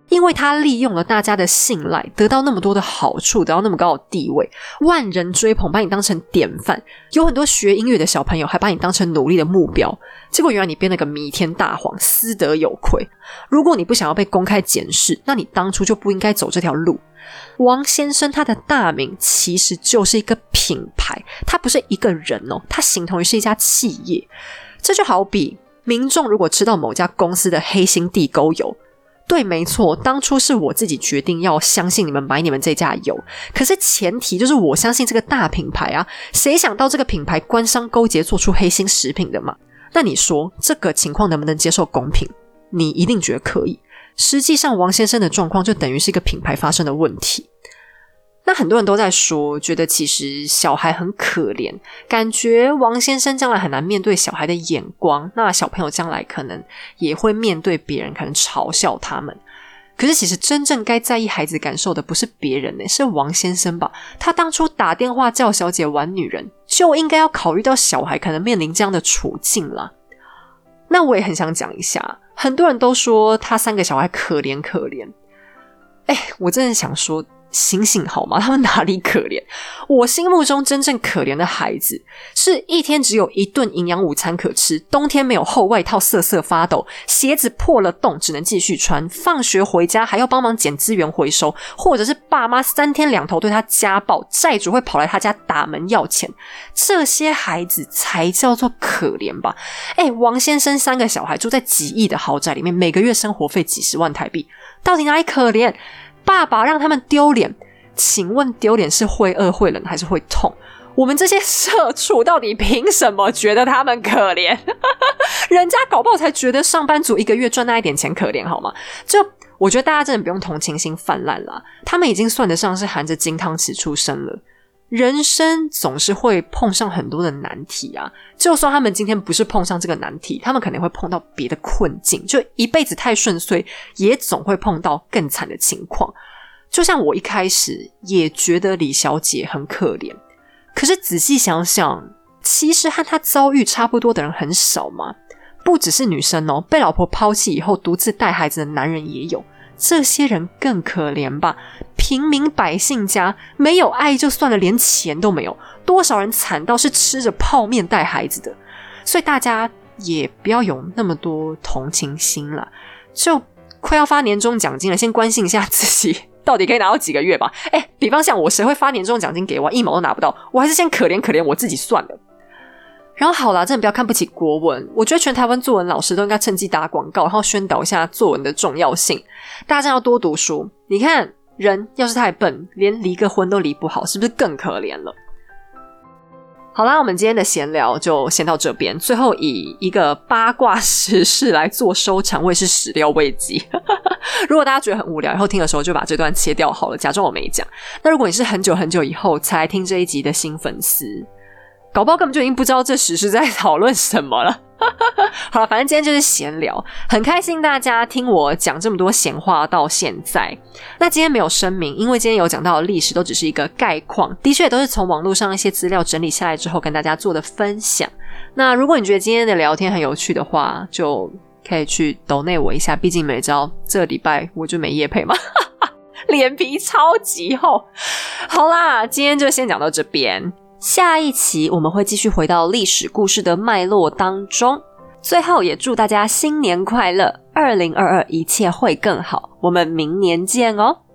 因为他利用了大家的信赖，得到那么多的好处，得到那么高的地位，万人追捧，把你当成典范，有很多学音乐的小朋友还把你当成努力的目标，结果原来你编了个弥天大谎，私德有亏。如果你不想要被公开检视，那你当初就不应该走这条路。王先生他的大名其实就是一个品牌，他不是一个人哦，他形同于是一家企业。这就好比民众如果吃到某家公司的黑心地沟油，对，没错，当初是我自己决定要相信你们买你们这家油，可是前提就是我相信这个大品牌啊，谁想到这个品牌官商勾结做出黑心食品的嘛？那你说这个情况能不能接受公平？你一定觉得可以。实际上王先生的状况就等于是一个品牌发生的问题。那很多人都在说，觉得其实小孩很可怜，感觉王先生将来很难面对小孩的眼光，那小朋友将来可能也会面对别人可能嘲笑他们。可是其实真正该在意孩子感受的不是别人，是王先生吧？他当初打电话叫小姐玩女人，就应该要考虑到小孩可能面临这样的处境啦。那我也很想讲一下，很多人都说他3个小孩可怜可怜，我真的想说醒醒好吗？他们哪里可怜？我心目中真正可怜的孩子，是一天只有1顿营养午餐可吃，冬天没有厚外套瑟瑟发抖，鞋子破了洞只能继续穿，放学回家还要帮忙捡资源回收，或者是爸妈3天2头对他家暴，债主会跑来他家打门要钱，这些孩子才叫做可怜吧。王先生3个小孩住在几亿的豪宅里面，每个月生活费几十万台币，到底哪里可怜？爸爸让他们丢脸，请问丢脸是会饿会冷还是会痛？我们这些社畜到底凭什么觉得他们可怜？人家搞不好才觉得上班族1个月赚那一点钱可怜好吗？就我觉得大家真的不用同情心泛滥啦，他们已经算得上是含着金汤匙出生了。人生总是会碰上很多的难题啊，就算他们今天不是碰上这个难题，他们可能会碰到别的困境，就一辈子太顺遂，也总会碰到更惨的情况。就像我一开始也觉得李小姐很可怜，可是仔细想想，其实和她遭遇差不多的人很少嘛，不只是女生哦，被老婆抛弃以后独自带孩子的男人也有，这些人更可怜吧。平民百姓家没有爱就算了，连钱都没有，多少人惨到是吃着泡面带孩子的。所以大家也不要有那么多同情心啦，就快要发年终奖金了，先关心一下自己到底可以拿到几个月吧。比方像我，谁会发年终奖金给我？1毛都拿不到，我还是先可怜可怜我自己算了。然后好啦，真的不要看不起国文，我觉得全台湾作文老师都应该趁机打广告，然后宣导一下作文的重要性。大家真的要多读书。你看人要是太笨，连离个婚都离不好，是不是更可怜了？好啦，我们今天的闲聊就先到这边，最后以一个八卦时事来做收场，我也是始料未及。如果大家觉得很无聊，以后听的时候就把这段切掉好了，假装我没讲。那如果你是很久很久以后才来听这一集的新粉丝，搞不好根本就已经不知道这时是在讨论什么了。好了，反正今天就是闲聊，很开心大家听我讲这么多闲话到现在。那今天没有声明，因为今天有讲到的历史都只是一个概况，的确也都是从网络上一些资料整理下来之后跟大家做的分享。那如果你觉得今天的聊天很有趣的话，就可以去抖内我一下，毕竟你们也知道这个礼拜我就没业配嘛。脸皮超级厚。好啦，今天就先讲到这边，下一期我们会继续回到历史故事的脉络当中。最后也祝大家新年快乐，2022一切会更好，我们明年见哦。